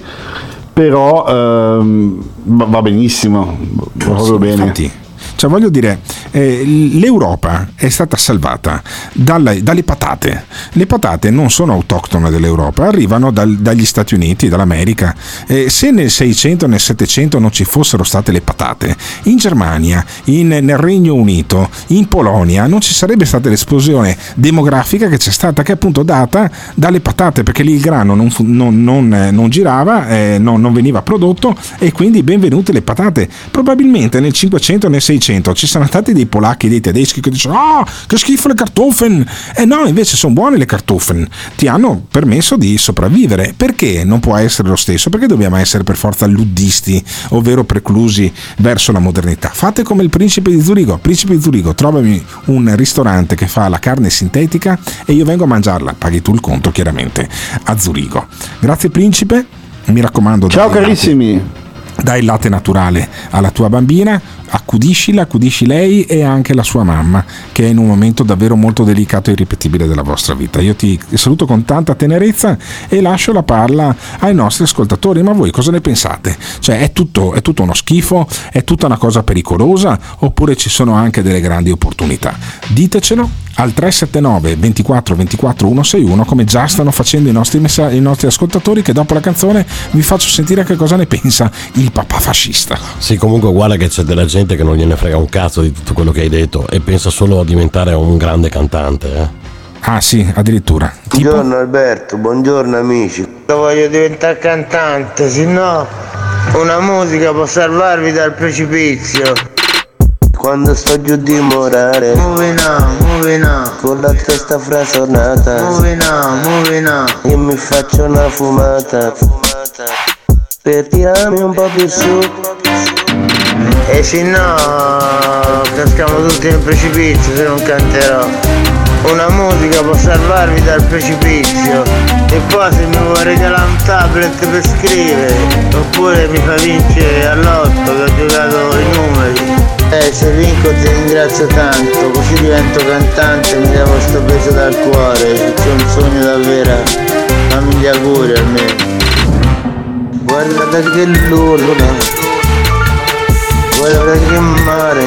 però ehm, va benissimo, va proprio bene. Infatti. Cioè voglio dire, eh, l'Europa è stata salvata dalla, dalle patate. Le patate non sono autoctone dell'Europa, arrivano dal, dagli Stati Uniti, dall'America. Eh, se nel seicento, nel settecento non ci fossero state le patate, in Germania, in, nel Regno Unito, in Polonia non ci sarebbe stata l'esplosione demografica che c'è stata, che è appunto data dalle patate, perché lì il grano non, non, non, non girava, eh, non, non veniva prodotto, e quindi benvenute le patate. Probabilmente nel cinquecento, nel seicento ci sono stati dei polacchi, dei tedeschi che dicono ah, che schifo le Kartoffeln, e eh no, invece sono buone le Kartoffeln, ti hanno permesso di sopravvivere. Perché non può essere lo stesso? Perché dobbiamo essere per forza luddisti, ovvero preclusi verso la modernità? Fate come il principe di Zurigo. Principe di Zurigo, trovami un ristorante che fa la carne sintetica e io vengo a mangiarla, paghi tu il conto chiaramente a Zurigo. Grazie principe, mi raccomando. Ciao carissimi, dai il latte naturale alla tua bambina, accudiscila, accudisci lei e anche la sua mamma, che è in un momento davvero molto delicato e irripetibile della vostra vita. Io ti saluto con tanta tenerezza e lascio la parola ai nostri ascoltatori. Ma voi cosa ne pensate? Cioè è tutto, è tutto uno schifo? È tutta una cosa pericolosa? Oppure ci sono anche delle grandi opportunità? Ditecelo al tre sette nove ventiquattro ventiquattro centosessantuno, come già stanno facendo i nostri, messa- i nostri ascoltatori, che dopo la canzone vi faccio sentire che cosa ne pensa il papà fascista. Sì, comunque guarda che c'è della gente che non gliene frega un cazzo di tutto quello che hai detto e pensa solo a diventare un grande cantante, eh? Ah sì, addirittura. Tipo... Buongiorno Alberto, buongiorno amici. Io voglio diventare cantante, se no una musica può salvarvi dal precipizio. Quando sto giù di morale, moving on, moving on, con la testa frasonata, moving on, moving on, io mi faccio una fumata, fumata, per tirarmi un po' più su. E se no caschiamo tutti nel precipizio se non canterò. Una musica può salvarvi dal precipizio. E poi se mi vuoi regalare un tablet per scrivere, oppure mi fa vincere all'otto che ho giocato i numeri, eh, se vinco ti ringrazio tanto, così divento cantante, mi levo sto peso dal cuore. C'è un sogno davvero, fammi gli auguri almeno. Guarda che luna, guarda che mare,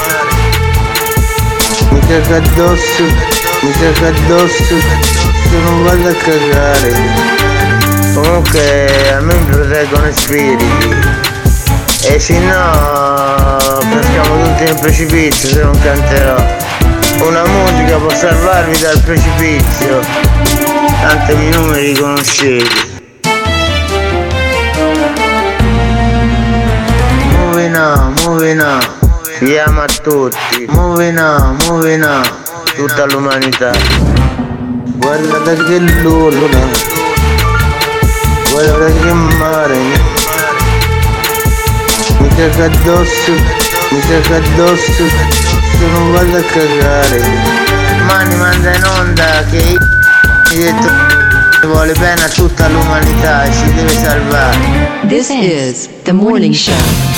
mi caga addosso, mi caga addosso, se non vado a cagare. Comunque a me mi proteggono i spiriti, e se no caschiamo tutti nel precipizio se non canterò. Una musica può salvarvi dal precipizio, tanto i numeri conoscete. Moving on, moving on, chiama a tutti, moving on, moving on, tutta l'umanità. Guarda che luna, guarda che mare, mi caga addosso, mi caga addosso, se non vado a cagare. Mani manda in onda che mi detto vuole bene a tutta l'umanità e si deve salvare. This is the morning show.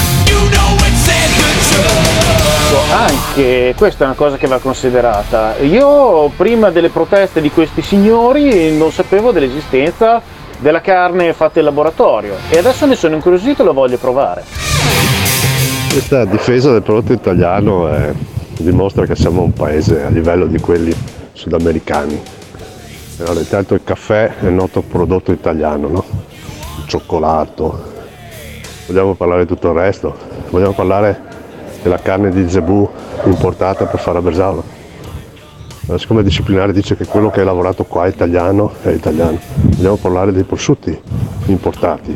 Anche questa è una cosa che va considerata. Io prima delle proteste di questi signori non sapevo dell'esistenza della carne fatta in laboratorio e adesso ne sono incuriosito e lo voglio provare. Questa difesa del prodotto italiano è, dimostra che siamo un paese a livello di quelli sudamericani. Allora, intanto il caffè è il noto prodotto italiano, no? Il cioccolato. Vogliamo parlare di tutto il resto? Vogliamo parlare della carne di zebù importata per fare a Bresaola? Allora, siccome il disciplinare dice che quello che è lavorato qua è italiano, è italiano. Vogliamo parlare dei prosciutti importati.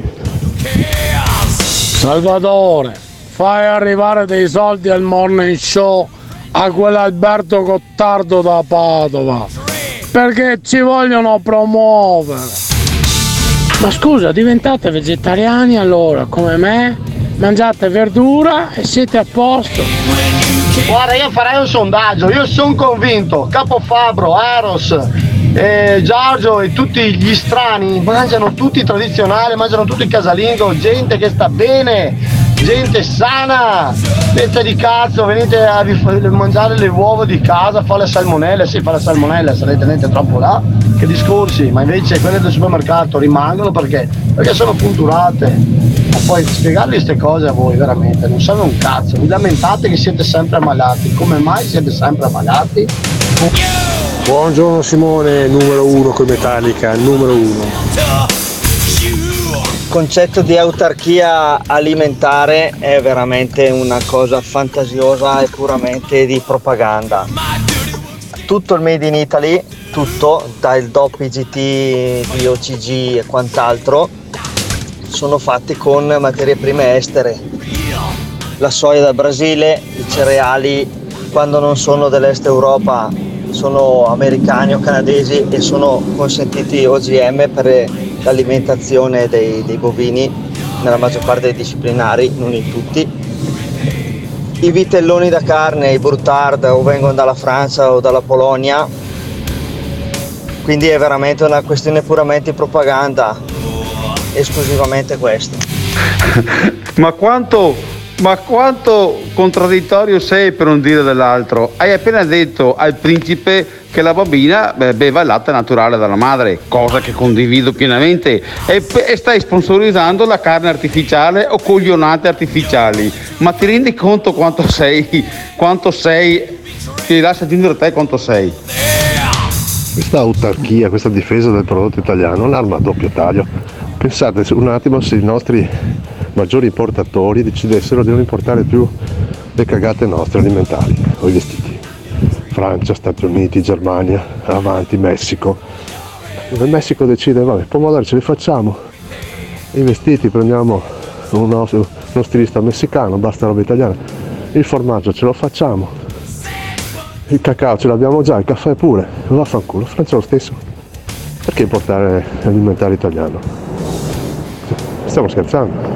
Salvatore, fai arrivare dei soldi al morning show a quell'Alberto Gottardo da Padova, perché ci vogliono promuovere. Ma scusa, diventate vegetariani allora, come me? Mangiate verdura e siete a posto. Guarda, io farei un sondaggio, io sono convinto, Capo Fabbro, Eros, eh, Giorgio e tutti gli strani mangiano tutti tradizionali, mangiano tutti casalingo, gente che sta bene, gente sana, pezza di cazzo, venite a mangiare le uova di casa, fa le salmonelle, sì fa le salmonelle, se le tenete troppo là, che discorsi, ma invece quelle del supermercato rimangono perché, perché sono punturate. Ma poi spiegarvi queste cose a voi veramente non serve un cazzo, vi lamentate che siete sempre ammalati, come mai siete sempre ammalati? Buongiorno Simone, numero uno con Metallica, numero uno. Il concetto di autarchia alimentare è veramente una cosa fantasiosa e puramente di propaganda. Tutto il made in Italy, tutto, dal D O P, I G T, D O C G e quant'altro, sono fatti con materie prime estere. La soia dal Brasile, i cereali quando non sono dell'est Europa sono americani o canadesi e sono consentiti O G M per l'alimentazione dei, dei bovini nella maggior parte dei disciplinari, non in tutti. I vitelloni da carne, i Brutard, o vengono dalla Francia o dalla Polonia, quindi è veramente una questione puramente di propaganda, esclusivamente questo. Ma quanto Ma quanto contraddittorio sei per non dire dell'altro? Hai appena detto al principe che la bambina beh, beva il latte naturale dalla madre, cosa che condivido pienamente, e, e stai sponsorizzando la carne artificiale o coglionate artificiali. Ma ti rendi conto quanto sei, quanto sei, ti lascia aggiungere te quanto sei? Questa autarchia, questa difesa del prodotto italiano è un'arma a doppio taglio. Pensate un attimo se i nostri maggiori importatori decidessero di non importare più le cagate nostre alimentari o i vestiti. Francia, Stati Uniti, Germania, avanti, Messico. Il Messico decide, vabbè, i pomodori ce li facciamo, i vestiti prendiamo uno, uno stilista messicano, basta roba italiana, il formaggio ce lo facciamo, il cacao ce l'abbiamo già, il caffè pure, vaffanculo, Francia lo stesso. Perché importare alimentare italiano? Stiamo scherzando?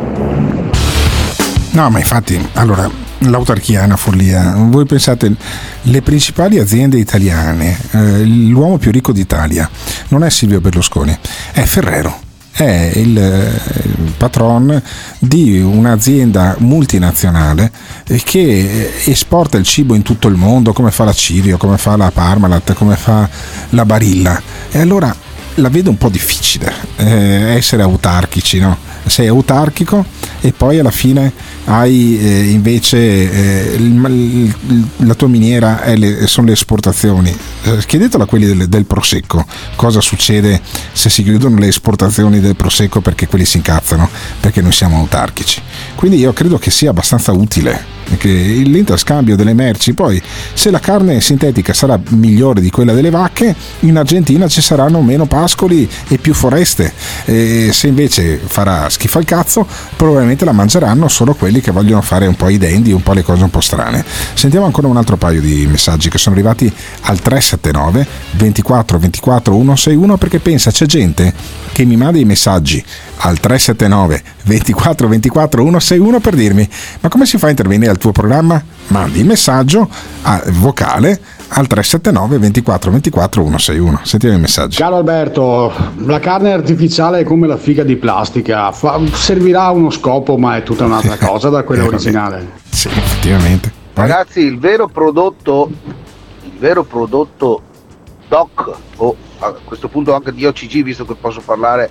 No, ma infatti, allora, l'autarchia è una follia. Voi pensate, le principali aziende italiane, eh, l'uomo più ricco d'Italia non è Silvio Berlusconi, è Ferrero. È il, il patron di un'azienda multinazionale che esporta il cibo in tutto il mondo, come fa la Cirio, come fa la Parmalat, come fa la Barilla. E allora la vedo un po' difficile eh, essere autarchici, no? Sei autarchico e poi alla fine hai eh, invece eh, il, il, la tua miniera è le, sono le esportazioni. Eh, chiedetelo a quelli del, del Prosecco cosa succede se si chiudono le esportazioni del Prosecco, perché quelli si incazzano perché noi siamo autarchici. Quindi io credo che sia abbastanza utile che l'interscambio delle merci, poi se la carne sintetica sarà migliore di quella delle vacche, in Argentina ci saranno meno pascoli e più foreste, e se invece farà schifo al cazzo probabilmente la mangeranno solo quelli che vogliono fare un po' i dendi, un po' le cose un po' strane. Sentiamo ancora un altro paio di messaggi che sono arrivati al tre sette nove ventiquattro ventiquattro centosessantuno, perché pensa, c'è gente che mi manda i messaggi al tre sette nove ventiquattro ventiquattro centosessantuno per dirmi: ma come si fa a intervenire al tuo programma? Mandi il messaggio a, vocale al tre sette nove ventiquattro ventiquattro centosessantuno. Sentiamo i messaggi. Caro Alberto, la carne artificiale è come la figa di plastica, Fa, servirà a uno scopo, ma è tutta un'altra cosa da quella originale. Sì, effettivamente. Ragazzi, il vero prodotto il vero prodotto doc, o a questo punto anche di O C G, visto che posso parlare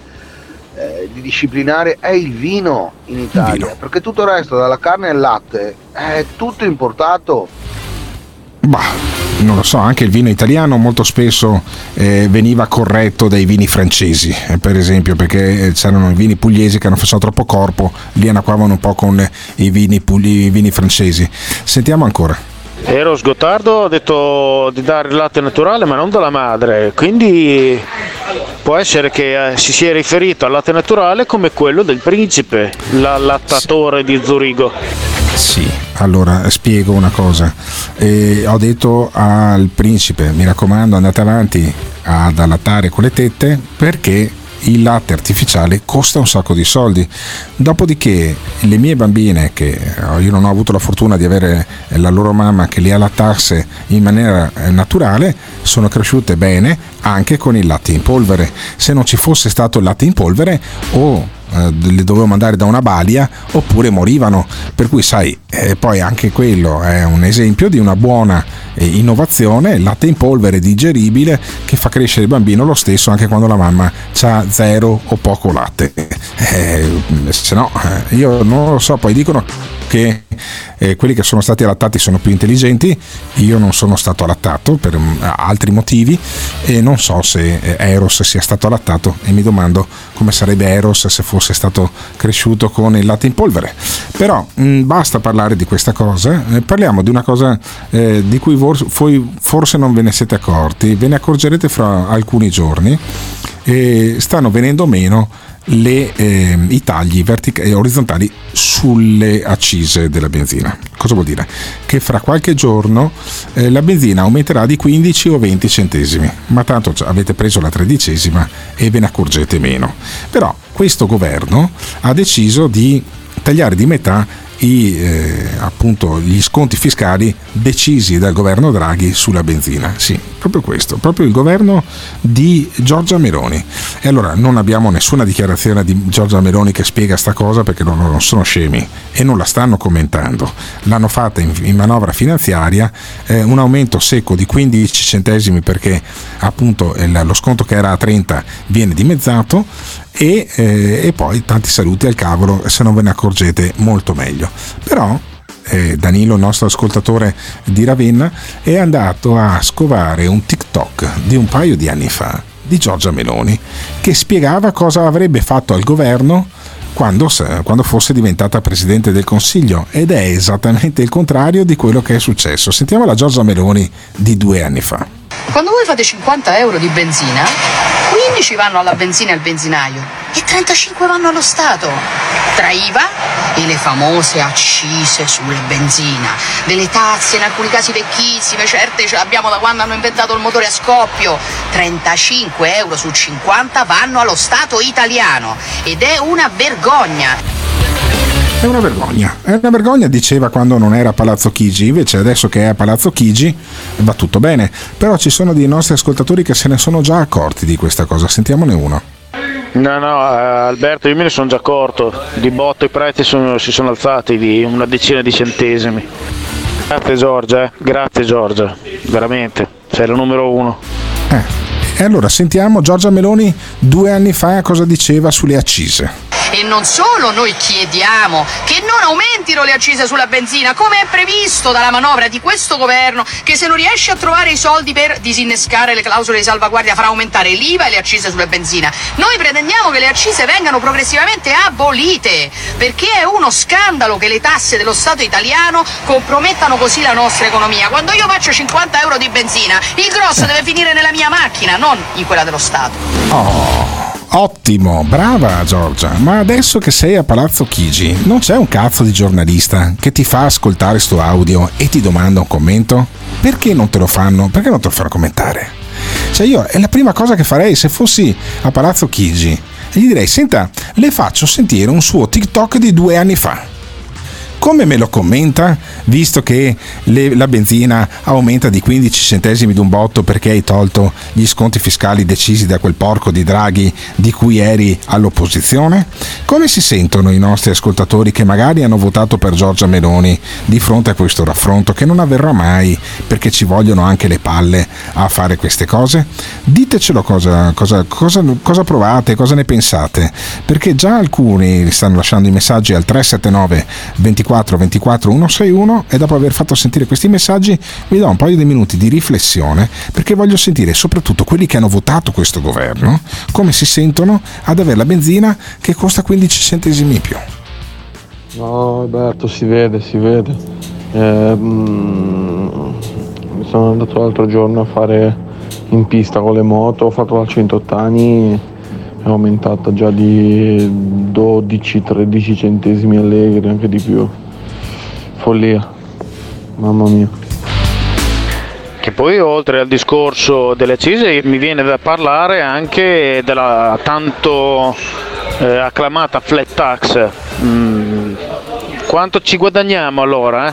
eh, di disciplinare, è il vino in Italia, vino. Perché tutto il resto, dalla carne al latte, è tutto importato. Bah, non lo so, anche il vino italiano molto spesso eh, veniva corretto dai vini francesi, eh, per esempio, perché c'erano i vini pugliesi che non facevano troppo corpo, li anacquavano un po' con i vini, pugli, i vini francesi. Sentiamo ancora. Eros Gottardo ha detto di dare il latte naturale, ma non dalla madre, quindi può essere che si sia riferito al latte naturale come quello del principe, l'allattatore di Zurigo. Sì, allora spiego una cosa. Eh, ho detto al principe: mi raccomando, andate avanti ad allattare con le tette, perché il latte artificiale costa un sacco di soldi. Dopodiché le mie bambine, che io non ho avuto la fortuna di avere la loro mamma che li allattasse in maniera naturale, sono cresciute bene anche con il latte in polvere. Se non ci fosse stato il latte in polvere, o eh, le dovevo mandare da una balia oppure morivano. Per cui sai, eh, poi anche quello è un esempio di una buona eh, innovazione, il latte in polvere digeribile che fa crescere il bambino lo stesso anche quando la mamma ha zero o poco latte. Eh, se no, eh, io non lo so. Poi dicono che eh, quelli che sono stati allattati sono più intelligenti. Io non sono stato allattato per um, altri motivi e non so se eh, Eros sia stato allattato, e mi domando come sarebbe Eros se fosse stato cresciuto con il latte in polvere. Però mh, basta parlare di questa cosa, eh, parliamo di una cosa eh, di cui vor- voi forse non ve ne siete accorti, ve ne accorgerete fra alcuni giorni. E stanno venendo meno le, eh, i tagli verticali e orizzontali sulle accise della benzina. Cosa vuol dire? Che fra qualche giorno eh, la benzina aumenterà di quindici o venti centesimi, ma tanto avete preso la tredicesima e ve ne accorgete meno. Però questo governo ha deciso di tagliare di metà I, eh, appunto gli sconti fiscali decisi dal governo Draghi sulla benzina. Sì, proprio questo, proprio il governo di Giorgia Meloni. E allora non abbiamo nessuna dichiarazione di Giorgia Meloni che spiega sta cosa, perché loro non sono scemi e non la stanno commentando. L'hanno fatta in, in manovra finanziaria, eh, un aumento secco di quindici centesimi, perché appunto il, lo sconto che era a trenta viene dimezzato. E, eh, e poi tanti saluti al cavolo, se non ve ne accorgete molto meglio. Però eh, Danilo, il nostro ascoltatore di Ravenna, è andato a scovare un TikTok di un paio di anni fa di Giorgia Meloni che spiegava cosa avrebbe fatto al governo quando, quando fosse diventata Presidente del Consiglio, ed è esattamente il contrario di quello che è successo. Sentiamo la Giorgia Meloni di due anni fa. Quando voi fate cinquanta euro di benzina, quindici vanno alla benzina e al benzinaio e trentacinque vanno allo Stato, tra I V A e le famose accise sulle benzina, delle tasse in alcuni casi vecchissime, certe ce l'abbiamo da quando hanno inventato il motore a scoppio. Trentacinque euro su cinquanta vanno allo Stato italiano ed è una vergogna. È una vergogna, è una vergogna, diceva quando non era a Palazzo Chigi, invece adesso che è a Palazzo Chigi va tutto bene. Però ci sono dei nostri ascoltatori che se ne sono già accorti di questa cosa, sentiamone uno. No, no, Alberto, io me ne sono già accorto, di botto i prezzi sono, si sono alzati di una decina di centesimi. Grazie Giorgia, eh. grazie Giorgia, veramente, sei la numero uno. Eh, e allora sentiamo Giorgia Meloni due anni fa cosa diceva sulle accise. E non solo, noi chiediamo che non aumentino le accise sulla benzina, come è previsto dalla manovra di questo governo, che se non riesce a trovare i soldi per disinnescare le clausole di salvaguardia farà aumentare l'I V A e le accise sulla benzina. Noi pretendiamo che le accise vengano progressivamente abolite, perché è uno scandalo che le tasse dello Stato italiano compromettano così la nostra economia. Quando io faccio cinquanta euro di benzina, il grosso deve finire nella mia macchina, non in quella dello Stato. Oh, ottimo, brava Giorgia. Ma adesso che sei a Palazzo Chigi, non c'è un cazzo di giornalista che ti fa ascoltare sto audio e ti domanda un commento? Perché non te lo fanno? Perché non te lo fanno commentare? Cioè io, è la prima cosa che farei se fossi a Palazzo Chigi. E gli direi, senta, le faccio sentire un suo TikTok di due anni fa. Come me lo commenta, visto che le, la benzina aumenta di quindici centesimi d'un botto perché hai tolto gli sconti fiscali decisi da quel porco di Draghi di cui eri all'opposizione? Come si sentono i nostri ascoltatori che magari hanno votato per Giorgia Meloni di fronte a questo raffronto che non avverrà mai perché ci vogliono anche le palle a fare queste cose? Ditecelo cosa, cosa, cosa, cosa provate, cosa ne pensate, perché già alcuni stanno lasciando i messaggi al tre sette nove ventiquattro ventiquattro centosessantuno e dopo aver fatto sentire questi messaggi vi do un paio di minuti di riflessione, perché voglio sentire soprattutto quelli che hanno votato questo governo come si sentono ad avere la benzina che costa quindici centesimi in più. No Alberto, si vede, si vede. Eh, mm, sono andato l'altro giorno a fare in pista con le moto, ho fatto la centottanta anni, è aumentata già di dodici tredici centesimi allegri, anche di più. Follia, mamma mia. Che poi oltre al discorso delle accise mi viene da parlare anche della tanto eh, acclamata flat tax. Mm. Quanto ci guadagniamo allora? Eh?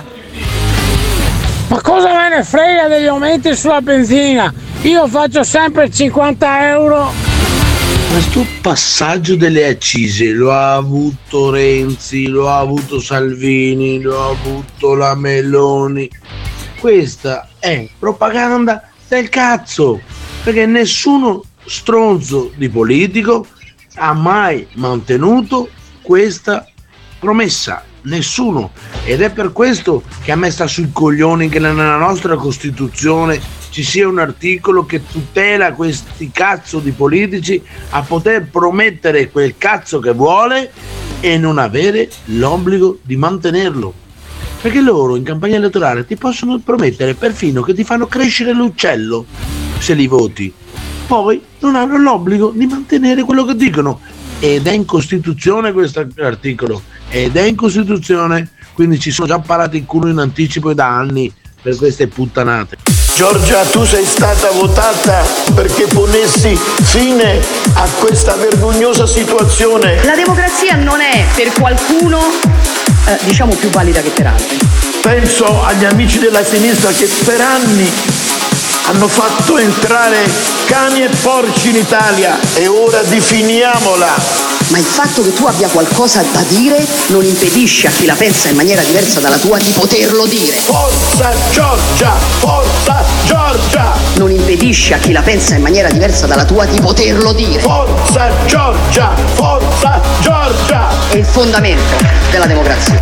Ma cosa me ne frega degli aumenti sulla benzina? Io faccio sempre cinquanta euro. Questo passaggio delle accise lo ha avuto Renzi, lo ha avuto Salvini, lo ha avuto la Meloni. Questa è propaganda del cazzo, perché nessuno stronzo di politico ha mai mantenuto questa promessa, nessuno, ed è per questo che a me sta sui coglioni che nella nostra Costituzione ci sia un articolo che tutela questi cazzo di politici a poter promettere quel cazzo che vuole e non avere l'obbligo di mantenerlo, perché loro in campagna elettorale ti possono promettere perfino che ti fanno crescere l'uccello se li voti, poi non hanno l'obbligo di mantenere quello che dicono, ed è in Costituzione questo articolo, ed è in Costituzione, quindi ci sono già parati il culo in anticipo da anni per queste puttanate. Giorgia, tu sei stata votata perché ponessi fine a questa vergognosa situazione. La democrazia non è per qualcuno eh, diciamo più valida che per altri. Penso agli amici della sinistra che per anni hanno fatto entrare cani e porci in Italia e ora definiamola. Ma il fatto che tu abbia qualcosa da dire non impedisce a chi la pensa in maniera diversa dalla tua di poterlo dire. Forza Giorgia! Forza Giorgia! Non impedisce a chi la pensa in maniera diversa dalla tua di poterlo dire. Forza Giorgia! Forza Giorgia! È il fondamento della democrazia.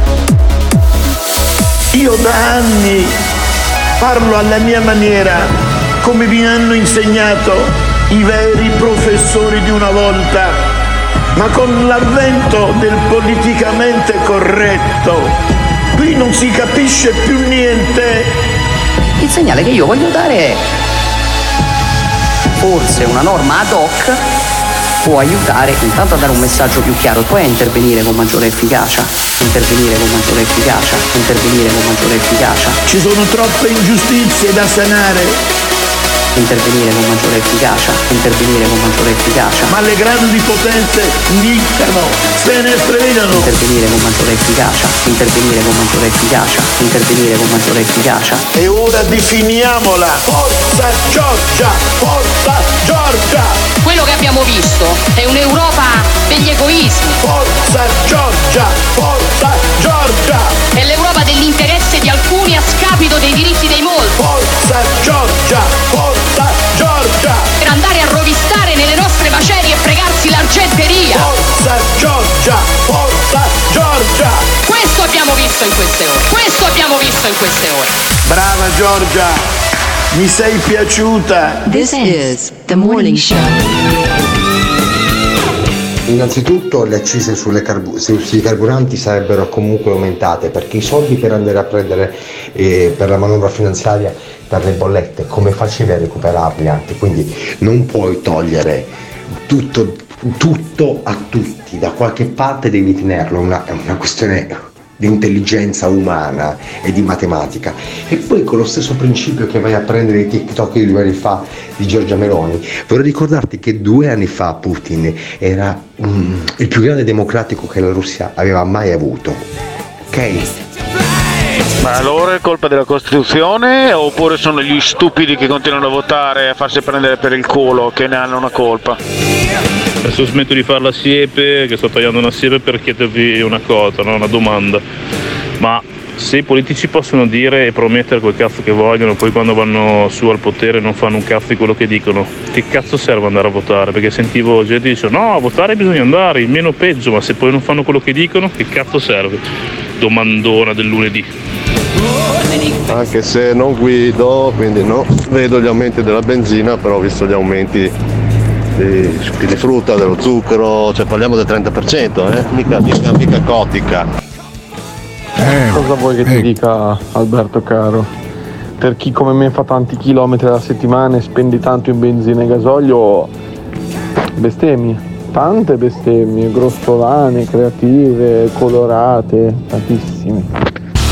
Io da anni parlo alla mia maniera, come mi hanno insegnato i veri professori di una volta. Ma con l'avvento del politicamente corretto, qui non si capisce più niente. Il segnale che io voglio dare è forse una norma ad hoc può aiutare intanto a dare un messaggio più chiaro, poi a intervenire con maggiore efficacia, intervenire con maggiore efficacia, intervenire con maggiore efficacia. Ci sono troppe ingiustizie da sanare. Intervenire con maggiore efficacia, intervenire con maggiore efficacia. Ma le grandi potenze dictano, se ne fregano. Intervenire con maggiore efficacia, intervenire con maggiore efficacia, intervenire con maggiore efficacia. E ora definiamola. Forza Giorgia, forza Giorgia. Quello che abbiamo visto è un'Europa degli egoismi. Forza Giorgia, forza Giorgia. È l'Europa dell'interesse di alcuni a scapito dei diritti dei molti. Forza Giorgia, forza Giorgia. Per andare a rovistare nelle nostre macerie e fregarsi l'argenteria. Forza Giorgia, abbiamo visto in queste ore. Questo abbiamo visto in queste ore. Brava Giorgia, mi sei piaciuta. This is the morning show. Innanzitutto le accise sulle carbu- sui carburanti sarebbero comunque aumentate, perché i soldi per andare a prendere eh, per la manovra finanziaria, per le bollette, come facevi a recuperarli anche? Quindi non puoi togliere tutto, tutto a tutti, da qualche parte devi tenerlo, una, è una questione di intelligenza umana e di matematica. E poi con lo stesso principio che vai a prendere i TikTok di due anni fa di Giorgia Meloni, vorrei ricordarti che due anni fa Putin era um, il più grande democratico che la Russia aveva mai avuto, ok? Ma allora è colpa della Costituzione oppure sono gli stupidi che continuano a votare e a farsi prendere per il culo che ne hanno una colpa? Adesso smetto di fare la siepe, che sto tagliando una siepe, per chiedervi una cosa, no? Una domanda. Ma se i politici possono dire e promettere quel cazzo che vogliono, poi quando vanno su al potere non fanno un cazzo di quello che dicono, che cazzo serve andare a votare? Perché sentivo gente che dice no, a votare bisogna andare, il meno peggio, ma se poi non fanno quello che dicono, che cazzo serve? Domandona del lunedì. Anche se non guido, quindi no, vedo gli aumenti della benzina, però ho visto gli aumenti di succhi di frutta, dello zucchero, cioè parliamo del trenta per cento, eh? mica, mica, mica cotica. Eh, Cosa vuoi che ti eh. dica, Alberto caro? Per chi come me fa tanti chilometri alla settimana e spendi tanto in benzina e gasolio, bestemmie, tante bestemmie, grossolane, creative, colorate, tantissime.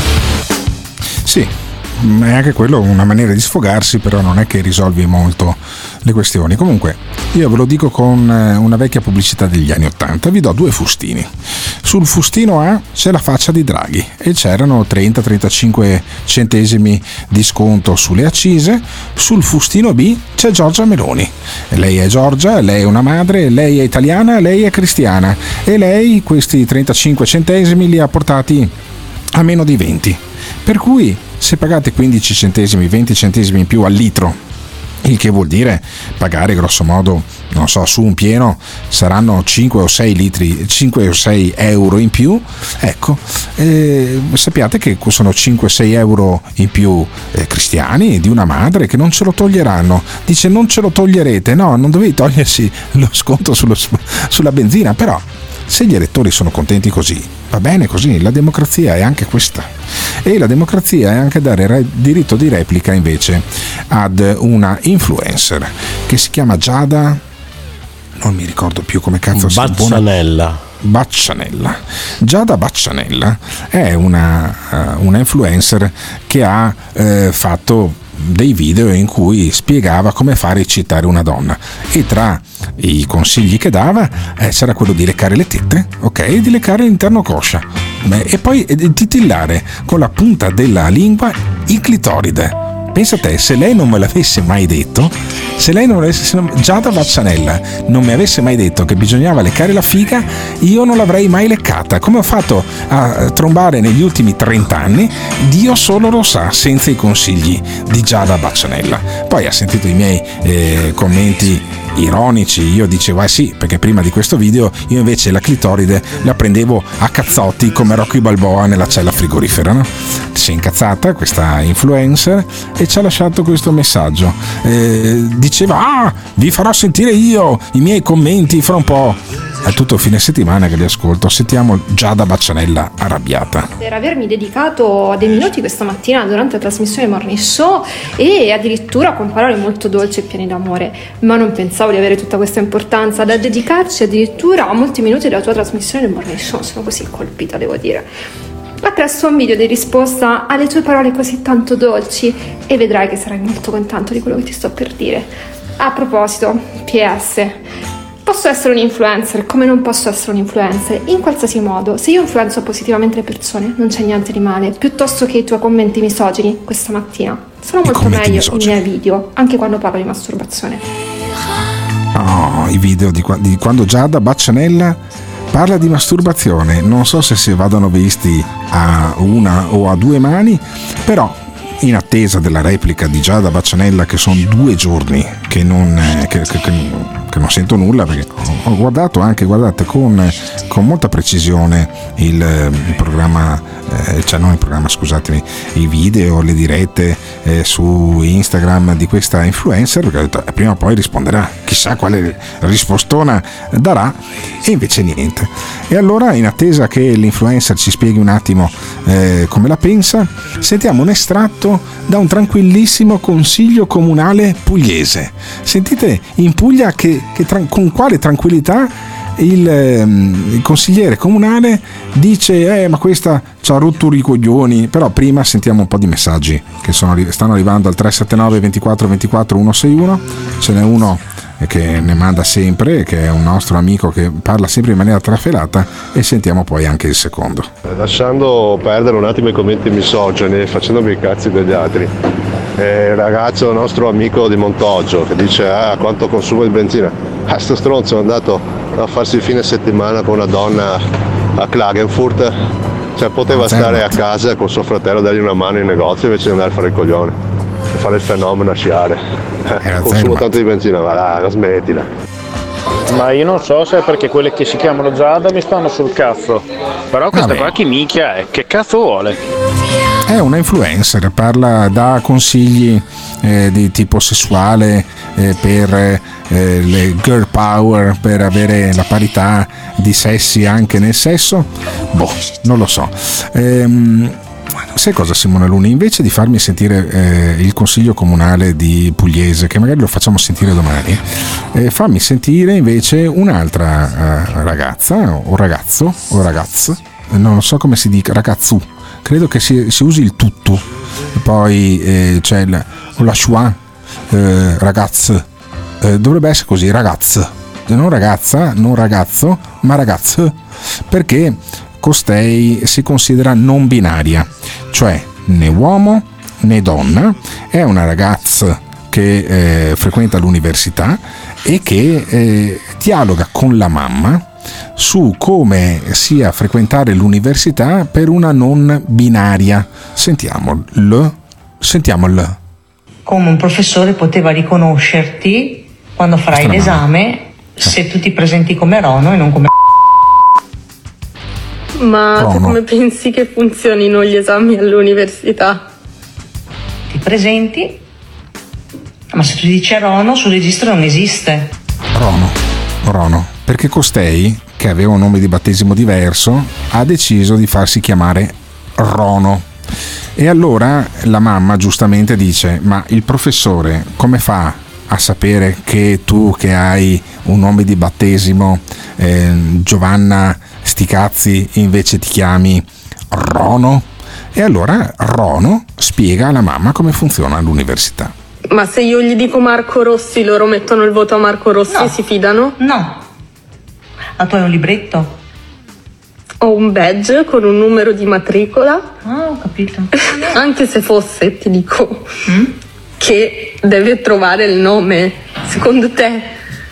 Sì, è anche quello una maniera di sfogarsi, però non è che risolvi molto le questioni. Comunque, io ve lo dico con una vecchia pubblicità degli anni ottanta, vi do due fustini. Sul fustino A c'è la faccia di Draghi e c'erano trenta trentacinque centesimi di sconto sulle accise. Sul fustino B c'è Giorgia Meloni. Lei è Giorgia, lei è una madre, lei è italiana, lei è cristiana e lei questi trentacinque centesimi li ha portati a meno di venti. Per cui se pagate quindici centesimi, venti centesimi in più al litro, il che vuol dire pagare grosso modo, non so, su un pieno saranno cinque o sei litri, cinque o sei euro in più, ecco, eh, sappiate che sono cinque o sei euro in più eh, cristiani di una madre che non ce lo toglieranno. Dice non ce lo toglierete, no, non dovevi togliersi lo sconto sullo, sulla benzina, però se gli elettori sono contenti così, va bene così, la democrazia è anche questa. E la democrazia è anche dare re- diritto di replica invece ad una influencer che si chiama Giada, non mi ricordo più come cazzo si chiama. Baccianella. Baccianella. Giada Baccianella è una, uh, una influencer che ha uh, fatto dei video in cui spiegava come fare a eccitare una donna, e tra i consigli che dava eh, c'era quello di leccare le tette, ok, e di leccare l'interno coscia. Beh, e poi eh, titillare con la punta della lingua il clitoride. Pensa te, se lei non me l'avesse mai detto, se lei non avesse, se non, Giada Baccianella non mi avesse mai detto che bisognava leccare la figa, io non l'avrei mai leccata. Come ho fatto a trombare negli ultimi trenta anni, Dio solo lo sa, senza i consigli di Giada Baccianella. Poi ha sentito i miei eh, commenti ironici, io dicevo eh sì, perché prima di questo video io invece la clitoride la prendevo a cazzotti come Rocky Balboa nella cella frigorifera, no? Si è incazzata questa influencer e ci ha lasciato questo messaggio, eh, diceva ah vi farò sentire io i miei commenti fra un po'. È tutto fine settimana che li ascolto. Sentiamo Giada Baccianella arrabbiata. Per avermi dedicato dei minuti questa mattina durante la trasmissione Morning Show e addirittura con parole molto dolci e piene d'amore, ma non pensavo di avere tutta questa importanza da dedicarci addirittura a molti minuti della tua trasmissione del Morning Show. Sono così colpita, devo dire. Attraverso un video di risposta alle tue parole così tanto dolci, e vedrai che sarai molto contento di quello che ti sto per dire. A proposito, P S, posso essere un influencer come non posso essere un influencer, in qualsiasi modo. Se io influenzo positivamente le persone non c'è niente di male, piuttosto che i tuoi commenti misogini questa mattina. Sono molto meglio misogini. I miei video, anche quando parlo di masturbazione. Oh, i video di, di quando Giada Baccianella parla di masturbazione, non so se si vadano visti a una o a due mani, però in attesa della replica di Giada Baccianella, che sono due giorni che non, che, che, che, che non sento nulla, perché ho guardato anche, guardate, con, con molta precisione il, il programma eh, cioè non in programma, scusatemi, i video, le dirette eh, su Instagram di questa influencer, perché ho detto, eh, prima o poi risponderà, chissà quale rispostona darà, e invece niente. E allora, in attesa che l'influencer ci spieghi un attimo eh, come la pensa, sentiamo un estratto da un tranquillissimo consiglio comunale pugliese. Sentite in Puglia che, che tra, con quale tranquillità il, ehm, il consigliere comunale dice eh ma questa c'ha rotto i coglioni. Però prima sentiamo un po' di messaggi che sono, stanno arrivando al tre sette nove ventiquattro ventiquattro centosessantuno. Ce n'è uno che ne manda sempre, che è un nostro amico che parla sempre in maniera trafelata, e sentiamo poi anche il secondo. Lasciando perdere un attimo i commenti misogini, facendomi i cazzi degli altri, eh, il ragazzo, nostro amico di Montoggio, che dice ah quanto consumo di benzina, ah sto stronzo è andato a farsi il fine settimana con una donna a Klagenfurt, cioè poteva stare a casa con suo fratello, dargli una mano in negozio invece di andare a fare il coglione, a fare il fenomeno, a sciare. Consumo tanto di benzina, va là, smettila. Ma io non so se è perché quelle che si chiamano Giada mi stanno sul cazzo, però questa Vabbè. qua chi minchia è, che cazzo vuole? È una influencer, parla, dà consigli eh, di tipo sessuale eh, per eh, le girl power, per avere la parità di sessi anche nel sesso. Boh, non lo so. Ehm, sai cosa, Simone Luni? Invece di farmi sentire eh, il consiglio comunale di Pugliese, che magari lo facciamo sentire domani, eh, fammi sentire invece un'altra eh, ragazza o ragazzo o ragazzo, non so come si dica, ragazzu, credo che si, si usi il tutto, poi eh, c'è la, la schwa, eh, ragazzo, eh, dovrebbe essere così, ragazzo, non ragazza, non ragazzo, ma ragazzo, perché costei si considera non binaria, cioè né uomo né donna, è una ragazza che eh, frequenta l'università e che eh, dialoga con la mamma su come sia frequentare l'università per una non binaria. Sentiamo l, sentiamo l. Come un professore poteva riconoscerti quando farai l'esame se tu ti presenti come Rono e non come Ma Rono. tu come pensi che funzionino gli esami all'università? Ti presenti, ma se tu dici Rono sul registro non esiste. Rono, Rono, perché costei, che aveva un nome di battesimo diverso, ha deciso di farsi chiamare Rono. E allora la mamma giustamente dice: ma il professore come fa a sapere che tu, che hai un nome di battesimo eh, Giovanna Sticazzi, invece ti chiami Rono? E allora Rono spiega alla mamma come funziona l'università. Ma se io gli dico Marco Rossi, loro mettono il voto a Marco Rossi No. e si fidano? No. Ma tu hai un libretto? Ho un badge con un numero di matricola. Ah, ho capito. Anche se fosse, ti dico, che deve trovare il nome. Secondo te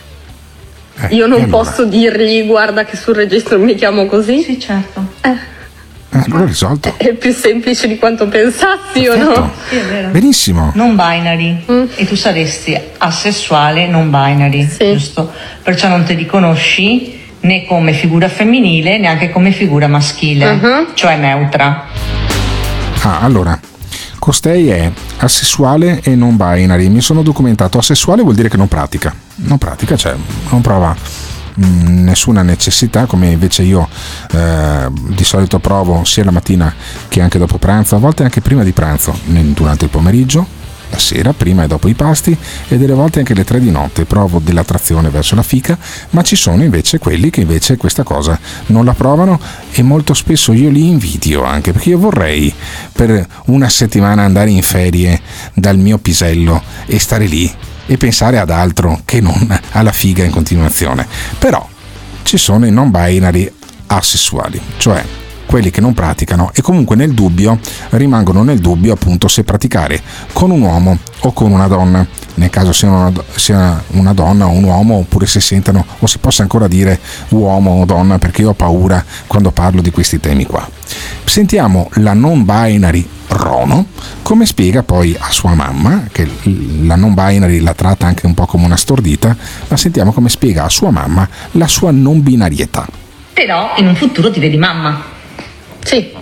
io non e allora? posso dirgli guarda che sul registro mi chiamo così? Sì, certo. Eh, Eh, allora risolto. è più semplice di quanto pensassi, o no? Sì, è vero. Benissimo. Non binary. E tu saresti asessuale non binary, giusto? Perciò non ti riconosci né come figura femminile neanche come figura maschile, cioè neutra. Ah, allora, costei è asessuale e non binary. Mi sono documentato. Asessuale vuol dire che non pratica. Non pratica, cioè non prova mh, nessuna necessità, come invece io eh, di solito provo sia la mattina che anche dopo pranzo, a volte anche prima di pranzo, nel- durante il pomeriggio, la sera, prima e dopo i pasti, e delle volte anche alle tre di notte provo dell'attrazione verso la fica. Ma ci sono invece quelli che invece questa cosa non la provano, e molto spesso io li invidio, anche perché io vorrei per una settimana andare in ferie dal mio pisello e stare lì e pensare ad altro che non alla figa in continuazione. Però ci sono i non binary asessuali, cioè quelli che non praticano e comunque nel dubbio rimangono nel dubbio appunto se praticare con un uomo o con una donna, nel caso sia una, sia una donna o un uomo, oppure se sentano o si possa ancora dire uomo o donna, perché io ho paura quando parlo di questi temi qua. Sentiamo la non binary Rono come spiega poi a sua mamma, che la non binary la tratta anche un po' come una stordita, ma sentiamo come spiega a sua mamma la sua non binarietà. Però in un futuro ti vedi mamma. Sì,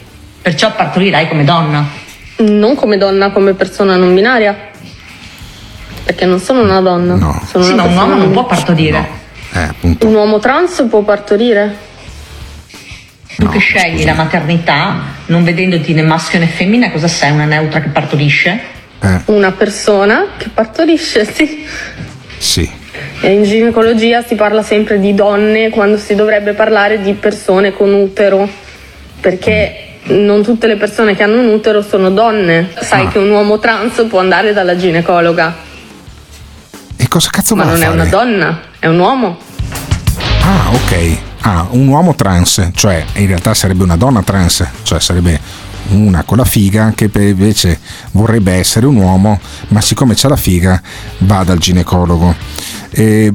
Perciò partorirai come donna. Non come donna, come persona non binaria. Perché non sono una donna. No. Sono Sì, una ma un uomo persona non può partorire. Eh, appunto. Un uomo trans può partorire. Tu che scegli la maternità, non vedendoti né maschio né femmina, cosa sei? Una neutra che partorisce? Eh. Una persona che partorisce, sì. Sì. E in ginecologia si parla sempre di donne quando si dovrebbe parlare di persone con utero, perché non tutte le persone che hanno un utero sono donne. Sai Ah. che un uomo trans può andare dalla ginecologa. E cosa cazzo Ma va a non è fare? una donna, è un uomo. Ah, ok. Ah, un uomo trans, cioè in realtà sarebbe una donna trans, cioè sarebbe una con la figa che invece vorrebbe essere un uomo, ma siccome c'ha la figa va dal ginecologo. E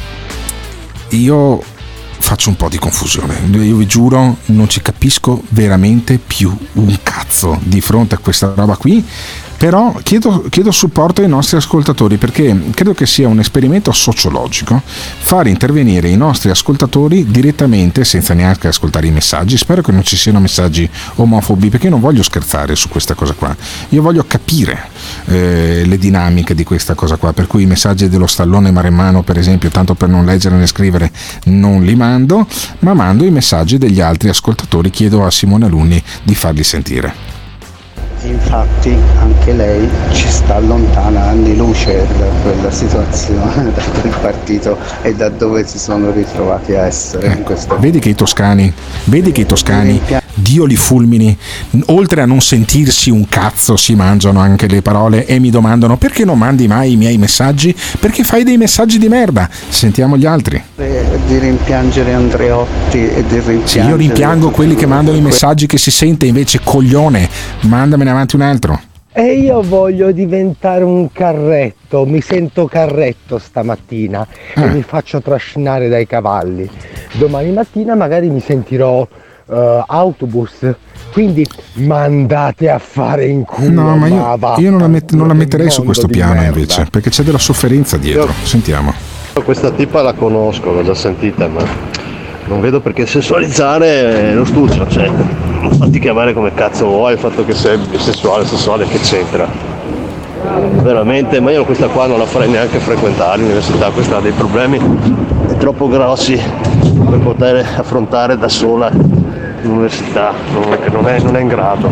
io faccio un po' di confusione, io vi giuro non ci capisco veramente più un cazzo di fronte a questa roba qui. Però chiedo, chiedo supporto ai nostri ascoltatori, perché credo che sia un esperimento sociologico far intervenire i nostri ascoltatori direttamente senza neanche ascoltare i messaggi. Spero che non ci siano messaggi omofobi, perché io non voglio scherzare su questa cosa qua, io voglio capire eh, le dinamiche di questa cosa qua, per cui i messaggi dello stallone maremmano, per esempio, tanto per non leggere né scrivere, non li mando, ma mando i messaggi degli altri ascoltatori. Chiedo a Simone Alunni di farli sentire. Infatti anche lei ci sta lontana anni luce da quella situazione, da quel partito e da dove si sono ritrovati a essere in questo momento. Vedi che i toscani, vedi che i toscani, Dio li fulmini, oltre a non sentirsi un cazzo si mangiano anche le parole e mi domandano: perché non mandi mai i miei messaggi? Perché fai dei messaggi di merda. Sentiamo gli altri. Di rimpiangere Andreotti e di rimpiangere... Sì, io rimpiango quelli che mandano i messaggi che si sente invece coglione, mandamene avanti un altro. E io voglio diventare un carretto, mi sento carretto stamattina Ah. e mi faccio trascinare dai cavalli. Domani mattina magari mi sentirò uh, autobus, quindi mandate a fare in culo. No, ma io, va, io non, la met- non la che metterei su mondo questo di piano merda. invece, perché c'è della sofferenza dietro. Sentiamo. Questa tipa la conosco, l'ho già sentita, ma non vedo perché sessualizzare lo studio, cioè fatti chiamare come cazzo vuoi, il fatto che sei bisessuale, sessuale, che c'entra. Veramente, ma io questa qua non la farei neanche frequentare l'università, questa ha dei problemi troppo grossi per poter affrontare da sola l'università, non, che non è, non è in grado.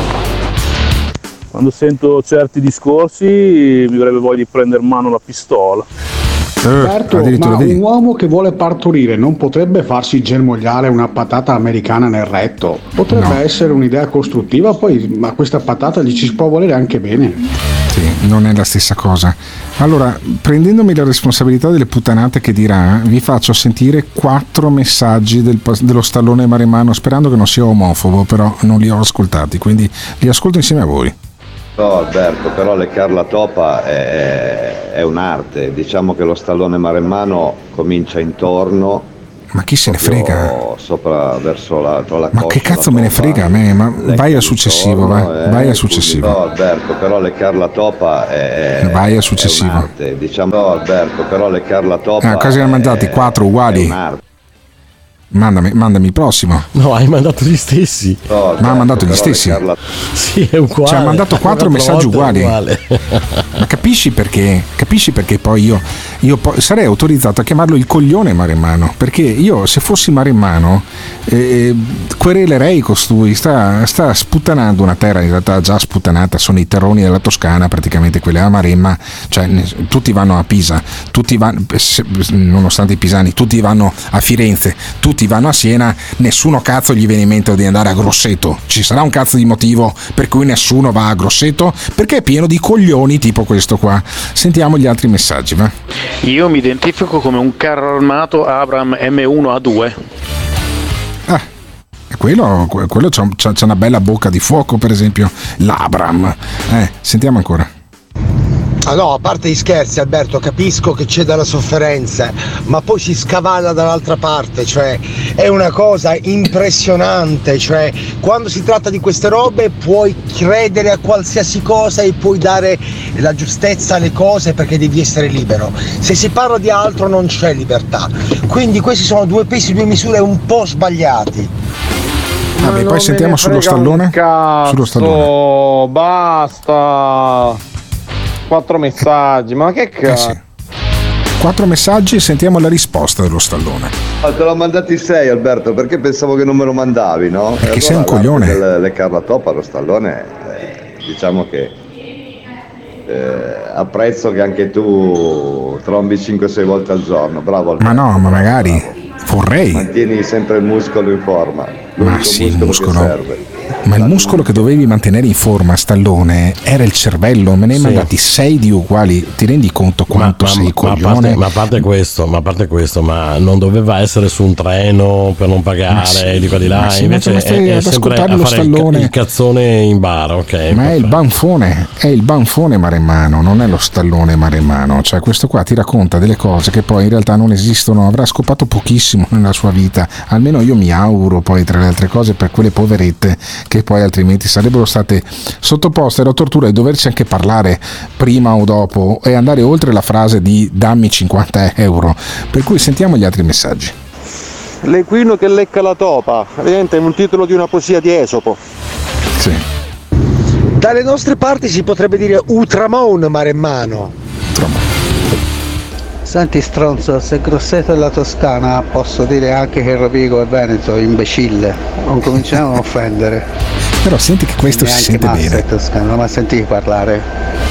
Quando sento certi discorsi mi verrebbe voglia di prendere in mano la pistola. Certo, ma un uomo che vuole partorire non potrebbe farsi germogliare una patata americana nel retto. Potrebbe No. essere un'idea costruttiva, poi ma questa patata gli ci può volere anche bene. Sì, non è la stessa cosa. Allora, prendendomi la responsabilità delle puttanate che dirà, vi faccio sentire quattro messaggi del, dello stallone maremmano, sperando che non sia omofobo, però non li ho ascoltati, quindi li ascolto insieme a voi. No, Alberto, però leccar la topa è, è un'arte. Diciamo che lo stallone maremmano comincia intorno. Ma chi se ne frega? Sopra verso la, tra la Ma coscia, che cazzo la me ne topa, frega a me? Ma lecca vai al successivo, intorno, vai, eh, vai al scusi, successivo. No, Alberto, però leccar la topa è, Vai al è successivo. un'arte. Diciamo, no, Alberto, però leccar la topa Ah, quasi ne ha mandati quattro uguali. è un'arte. Mandami, mandami il prossimo. No, hai mandato gli stessi. No, Ma ha mandato gli però stessi. leccar la- Sì, è uguale. Ci ha mandato quattro Un'altra messaggi volta è uguali. uguale. Ma capisci perché? Capisci perché poi io, io poi sarei autorizzato a chiamarlo il coglione maremmano? Perché io, se fossi maremmano, eh, querelerei costui. Sta, sta sputtanando una terra, in realtà già sputtanata. Sono i terroni della Toscana, praticamente quelle a Maremma. Cioè, ne- tutti vanno a Pisa, tutti vanno, se- nonostante i pisani, tutti vanno a Firenze, tutti vanno a Siena. Nessuno cazzo gli viene in mente di andare a Grosseto. Ci sarà un cazzo di motivo per cui nessuno va a Grosseto? Perché è pieno di coglioni tipo questo qua. Sentiamo gli altri messaggi, va? Io mi identifico come un carro armato Abram M uno A due. E quello, quello c'ha, c'ha- c'ha una bella bocca di fuoco, per esempio l'Abram. Eh, sentiamo ancora. Ah no, a parte gli scherzi Alberto, capisco che c'è della sofferenza, ma poi si scavalla dall'altra parte, cioè è una cosa impressionante, cioè quando si tratta di queste robe puoi credere a qualsiasi cosa e puoi dare la giustezza alle cose perché devi essere libero. Se si parla di altro non c'è libertà, quindi questi sono due pesi, due misure un po' sbagliati. Vabbè, poi sentiamo sullo stallone. Sullo stallone. Basta. Quattro messaggi, ma che cazzo? Eh sì. Quattro messaggi e sentiamo la risposta dello stallone. Ah, te l'ho mandati sei, Alberto, perché pensavo che non me lo mandavi, no? Perché allora, sei un coglione. Del, le Carla Topa, lo stallone, eh, diciamo che eh, apprezzo che anche tu trombi cinque sei volte al giorno. Bravo Alberto. Ma no, ma magari bravo. Vorrei. Mantieni sempre il muscolo in forma. Ma sì, il muscolo. Che serve. Ma il muscolo che dovevi mantenere in forma, Stallone, era il cervello. Me ne hai sì. mandati sei di uguali. Ti rendi conto quanto ma, sei ma, coglione? Ma a, parte, ma a parte questo, ma a parte questo, ma non doveva essere su un treno per non pagare sì, di qua di là. Sì, invece ma è, è sempre a fare Stallone. Il, il cazzone in bar, ok? Ma proprio. è il banfone, è il banfone maremmano, non è lo Stallone maremmano. Cioè questo qua ti racconta delle cose che poi in realtà non esistono. Avrà scopato pochissimo nella sua vita. Almeno io mi auguro, poi tra le altre cose, per quelle poverette che poi altrimenti sarebbero state sottoposte alla tortura e doverci anche parlare prima o dopo e andare oltre la frase di dammi cinquanta euro. Per cui sentiamo gli altri messaggi. L'equino che lecca la topa, praticamente è un titolo di una poesia di Esopo. Sì. Dalle nostre parti si potrebbe dire Ultramon maremmano. Ultramon. Senti stronzo, se Grosseto è la Toscana posso dire anche che Rovigo è Veneto, imbecille. Non cominciamo a offendere. Però senti che questo si sente bene. È toscano, non mi sentito parlare.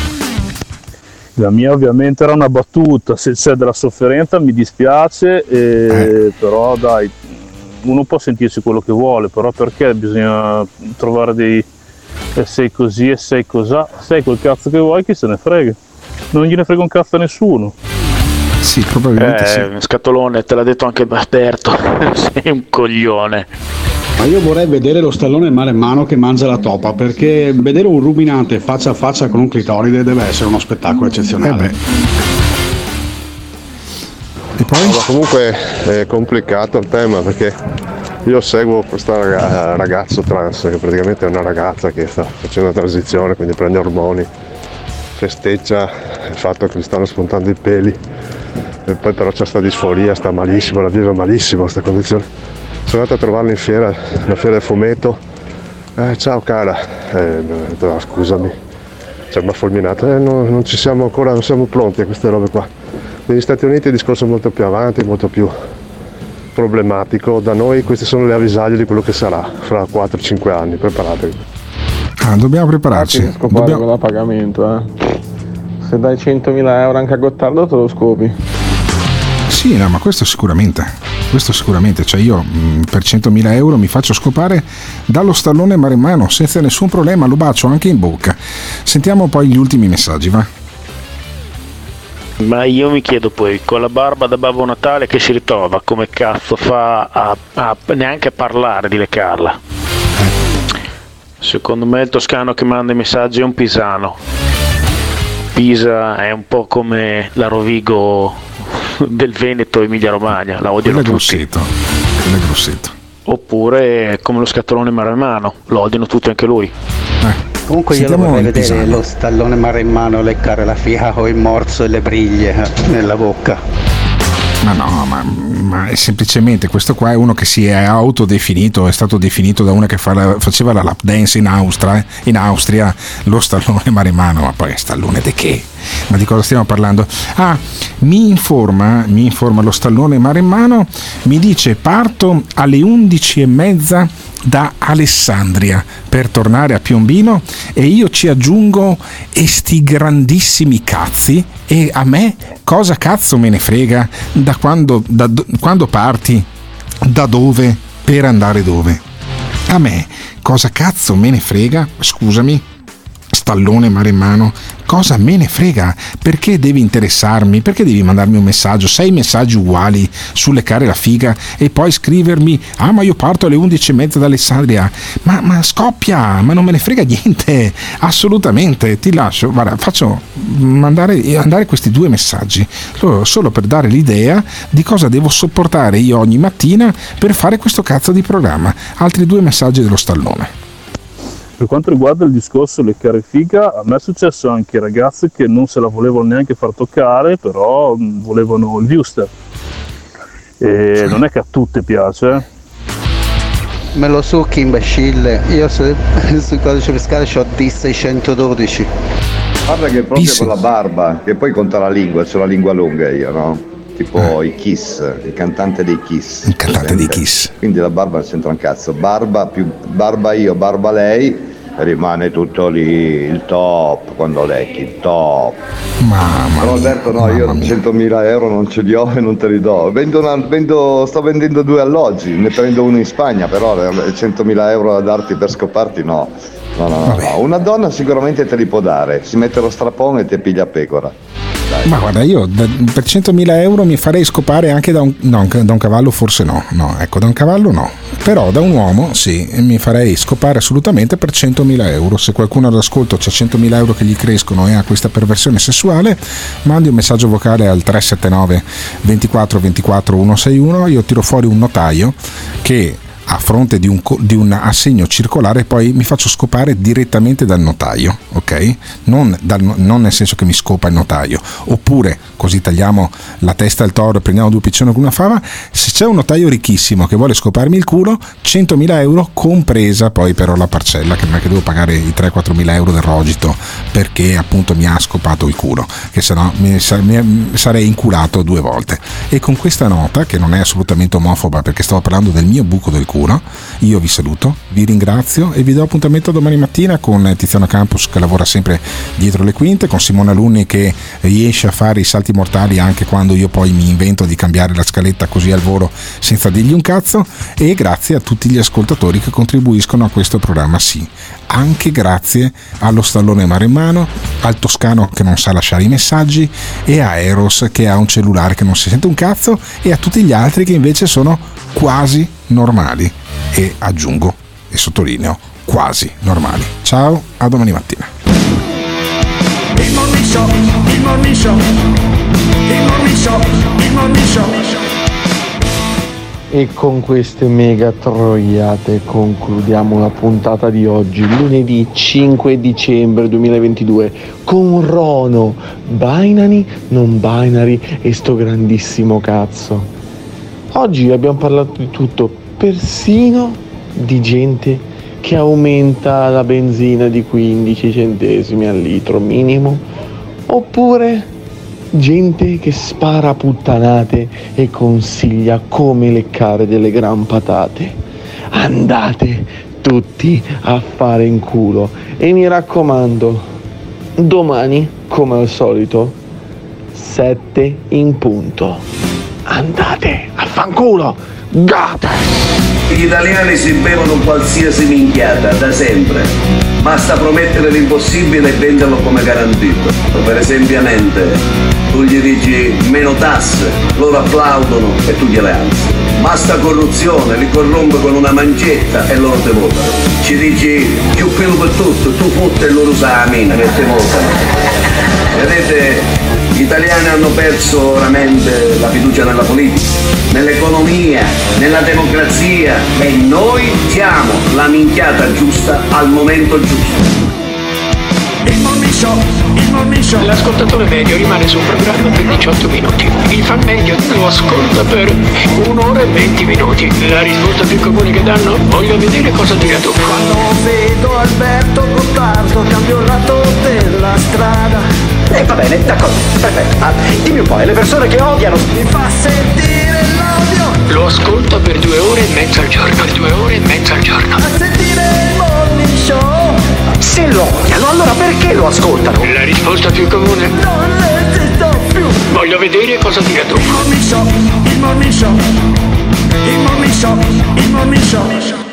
La mia ovviamente era una battuta, se c'è della sofferenza mi dispiace, e eh. però dai, uno può sentirsi quello che vuole, però perché bisogna trovare dei e sei così e sei cos'ha, sei quel cazzo che vuoi, chi se ne frega, non gliene frega un cazzo a nessuno. Sì, probabilmente eh, sì. Scatolone, te l'ha detto anche Alberto, sei un coglione. Ma io vorrei vedere lo Stallone maremmano che mangia la topa, perché vedere un ruminante faccia a faccia con un clitoride deve essere uno spettacolo eccezionale. Eh e poi? Ma comunque è complicato il tema, perché io seguo questa ragazzo trans che praticamente è una ragazza che sta facendo la transizione, quindi prende ormoni, festeggia il fatto che gli stanno spuntando i peli e poi però c'è sta disforia, sta malissimo, la vive malissimo questa condizione. Sono andato a trovarla in fiera, la fiera del fumetto. Eh, ciao cara, eh, no, scusami, cioè, mi ha fulminato, eh, no, non ci siamo ancora, non siamo pronti a queste robe qua. Negli Stati Uniti il discorso è molto più avanti, molto più problematico. Da noi queste sono le avvisaglie di quello che sarà fra quattro cinque anni, preparatevi. Ah, dobbiamo prepararci. Ah, scopare dobbiamo... con la pagamento, eh. Se dai centomila euro anche a Gottardo te lo scopi. Sì, no, ma questo sicuramente, questo sicuramente, cioè io mh, per centomila euro mi faccio scopare dallo Stallone maremmano senza nessun problema, lo bacio anche in bocca. Sentiamo poi gli ultimi messaggi, va? Ma io mi chiedo poi, con la barba da Babbo Natale che si ritrova, come cazzo fa a, a neanche a parlare di leccarla? Secondo me il toscano che manda i messaggi è un pisano. Pisa è un po' come la Rovigo del Veneto Emilia Romagna, la odiano tutti. Grosseto, quello è Grosseto. Oppure come lo Scatolone maremmano, lo odiano tutti anche lui. Eh. Comunque io lo vorrei vedere pisano. Lo Stallone maremmano leccare la figa con il morso e le briglie nella bocca. Ma no, ma, ma è semplicemente questo qua è uno che si è autodefinito, è stato definito da una che fa la, faceva la lap dance in Austria, in Austria, lo Stallone maremmano, ma poi Stallone di che? Ma di cosa stiamo parlando? Ah, mi informa, mi informa lo Stallone maremmano, mi dice parto alle undici e mezza da Alessandria per tornare a Piombino e io ci aggiungo e sti grandissimi cazzi e a me cosa cazzo me ne frega da quando, da, quando parti, da dove, per andare dove. A me cosa cazzo me ne frega, scusami, Stallone maremmano, cosa me ne frega? Perché devi interessarmi? Perché devi mandarmi un messaggio, sei messaggi uguali su leccare la figa e poi scrivermi ah ma io parto alle undici e mezza da Alessandria, ma, ma scoppia, ma non me ne frega niente, assolutamente, ti lascio, guarda, faccio mandare andare questi due messaggi solo per dare l'idea di cosa devo sopportare io ogni mattina per fare questo cazzo di programma. Altri due messaggi dello Stallone. Per quanto riguarda il discorso leccare figa, a me è successo anche ragazzi che non se la volevano neanche far toccare, però volevano il Wuster. E non è che a tutte piace. me lo succhi imbecille, io su, sul codice fiscale c'ho D seicentododici. Guarda che proprio Pisse. Con la barba, che poi conta la lingua, c'ho la lingua lunga io, no? Tipo eh. i Kiss, il cantante dei Kiss. Il cantante dei Kiss. Quindi la barba non c'entra un cazzo, barba più barba io, barba lei, rimane tutto lì, il top, quando lecchi, il top. Mamma Però Alberto no, io centomila euro non ce li ho e non te li do. Vendo una, vendo, sto vendendo due alloggi, ne prendo uno in Spagna, però centomila euro da darti per scoparti no. No, no, no, no. Una donna sicuramente te li può dare, si mette lo strappone e te piglia pecora. Dai. Ma guarda, io da, per centomila euro mi farei scopare anche da un, no, da un cavallo, forse no, no, ecco, da un cavallo no, però da un uomo sì, mi farei scopare assolutamente per centomila euro. Se qualcuno all'ascolto c'ha centomila euro che gli crescono e ha questa perversione sessuale, mandi un messaggio vocale al tre sette nove ventiquattro ventiquattro centosessantuno, io tiro fuori un notaio che a fronte di un, di un assegno circolare poi mi faccio scopare direttamente dal notaio, ok? Non, dal, non nel senso che mi scopa il notaio, oppure così tagliamo la testa al toro e prendiamo due piccioni con una fava. Se c'è un notaio ricchissimo che vuole scoparmi il culo, centomila euro compresa poi però la parcella, che non è che devo pagare i tre quattro mila euro del rogito perché appunto mi ha scopato il culo, che sennò mi, mi sarei inculato due volte. E con questa nota, che non è assolutamente omofoba perché stavo parlando del mio buco del culo, io vi saluto, vi ringrazio e vi do appuntamento domani mattina con Tiziano Campus, che lavora sempre dietro le quinte, con Simone Alunni che riesce a fare i salti mortali anche quando io poi mi invento di cambiare la scaletta così al volo senza dirgli un cazzo, e grazie a tutti gli ascoltatori che contribuiscono a questo programma, sì, anche grazie allo stallone maremmano, al toscano che non sa lasciare i messaggi, e a Eros che ha un cellulare che non si sente un cazzo, e a tutti gli altri che invece sono quasi normali, e aggiungo e sottolineo quasi normali. Ciao, a domani mattina. Il Morning Show, il Morning Show, il Morning Show, il Morning Show. E con queste mega troiate concludiamo la puntata di oggi, lunedì cinque dicembre duemilaventidue, con Rono, binary, non binary e sto grandissimo cazzo. Oggi abbiamo parlato di tutto, persino di gente che aumenta la benzina di quindici centesimi al litro minimo, oppure gente che spara puttanate e consiglia come leccare delle gran patate. Andate tutti a fare in culo, e mi raccomando, domani come al solito sette in punto. Andate a fanculo, gata! Gli italiani si bevono qualsiasi minchiata da sempre, basta promettere l'impossibile e venderlo come garantito. Per esempio, tu gli dici meno tasse, loro applaudono e tu gliele alzi. Basta corruzione, li corrompe con una mancetta e loro te votano. Ci dici più pelo per tutto, tu fotte e loro usa la mina e te votano. Vedete, gli italiani hanno perso veramente la fiducia nella politica, nell'economia, nella democrazia, e noi siamo la minchiata giusta al momento giusto. Il Morning Show, il Morning Show. L'ascoltatore medio rimane sul programma per diciotto minuti. Il fan medio lo ascolta per un'ora e venti minuti. La risposta più comune che danno: voglio vedere cosa dirà tu. Quando vedo Alberto Gottardo cambio il lato della strada. E eh, va bene, d'accordo, perfetto. Ah, dimmi un po', e le persone che odiano? Mi fa sentire l'odio. Lo ascolta per due ore e mezza al giorno. Per due ore e mezza al giorno. A sentire il Morning Show. Se lo odiano, allora perché lo ascoltano? La risposta più comune: non esisto più. Voglio vedere cosa dirà tu. Il Morning Show, il Morning Show, il Morning Show, il Morning Show.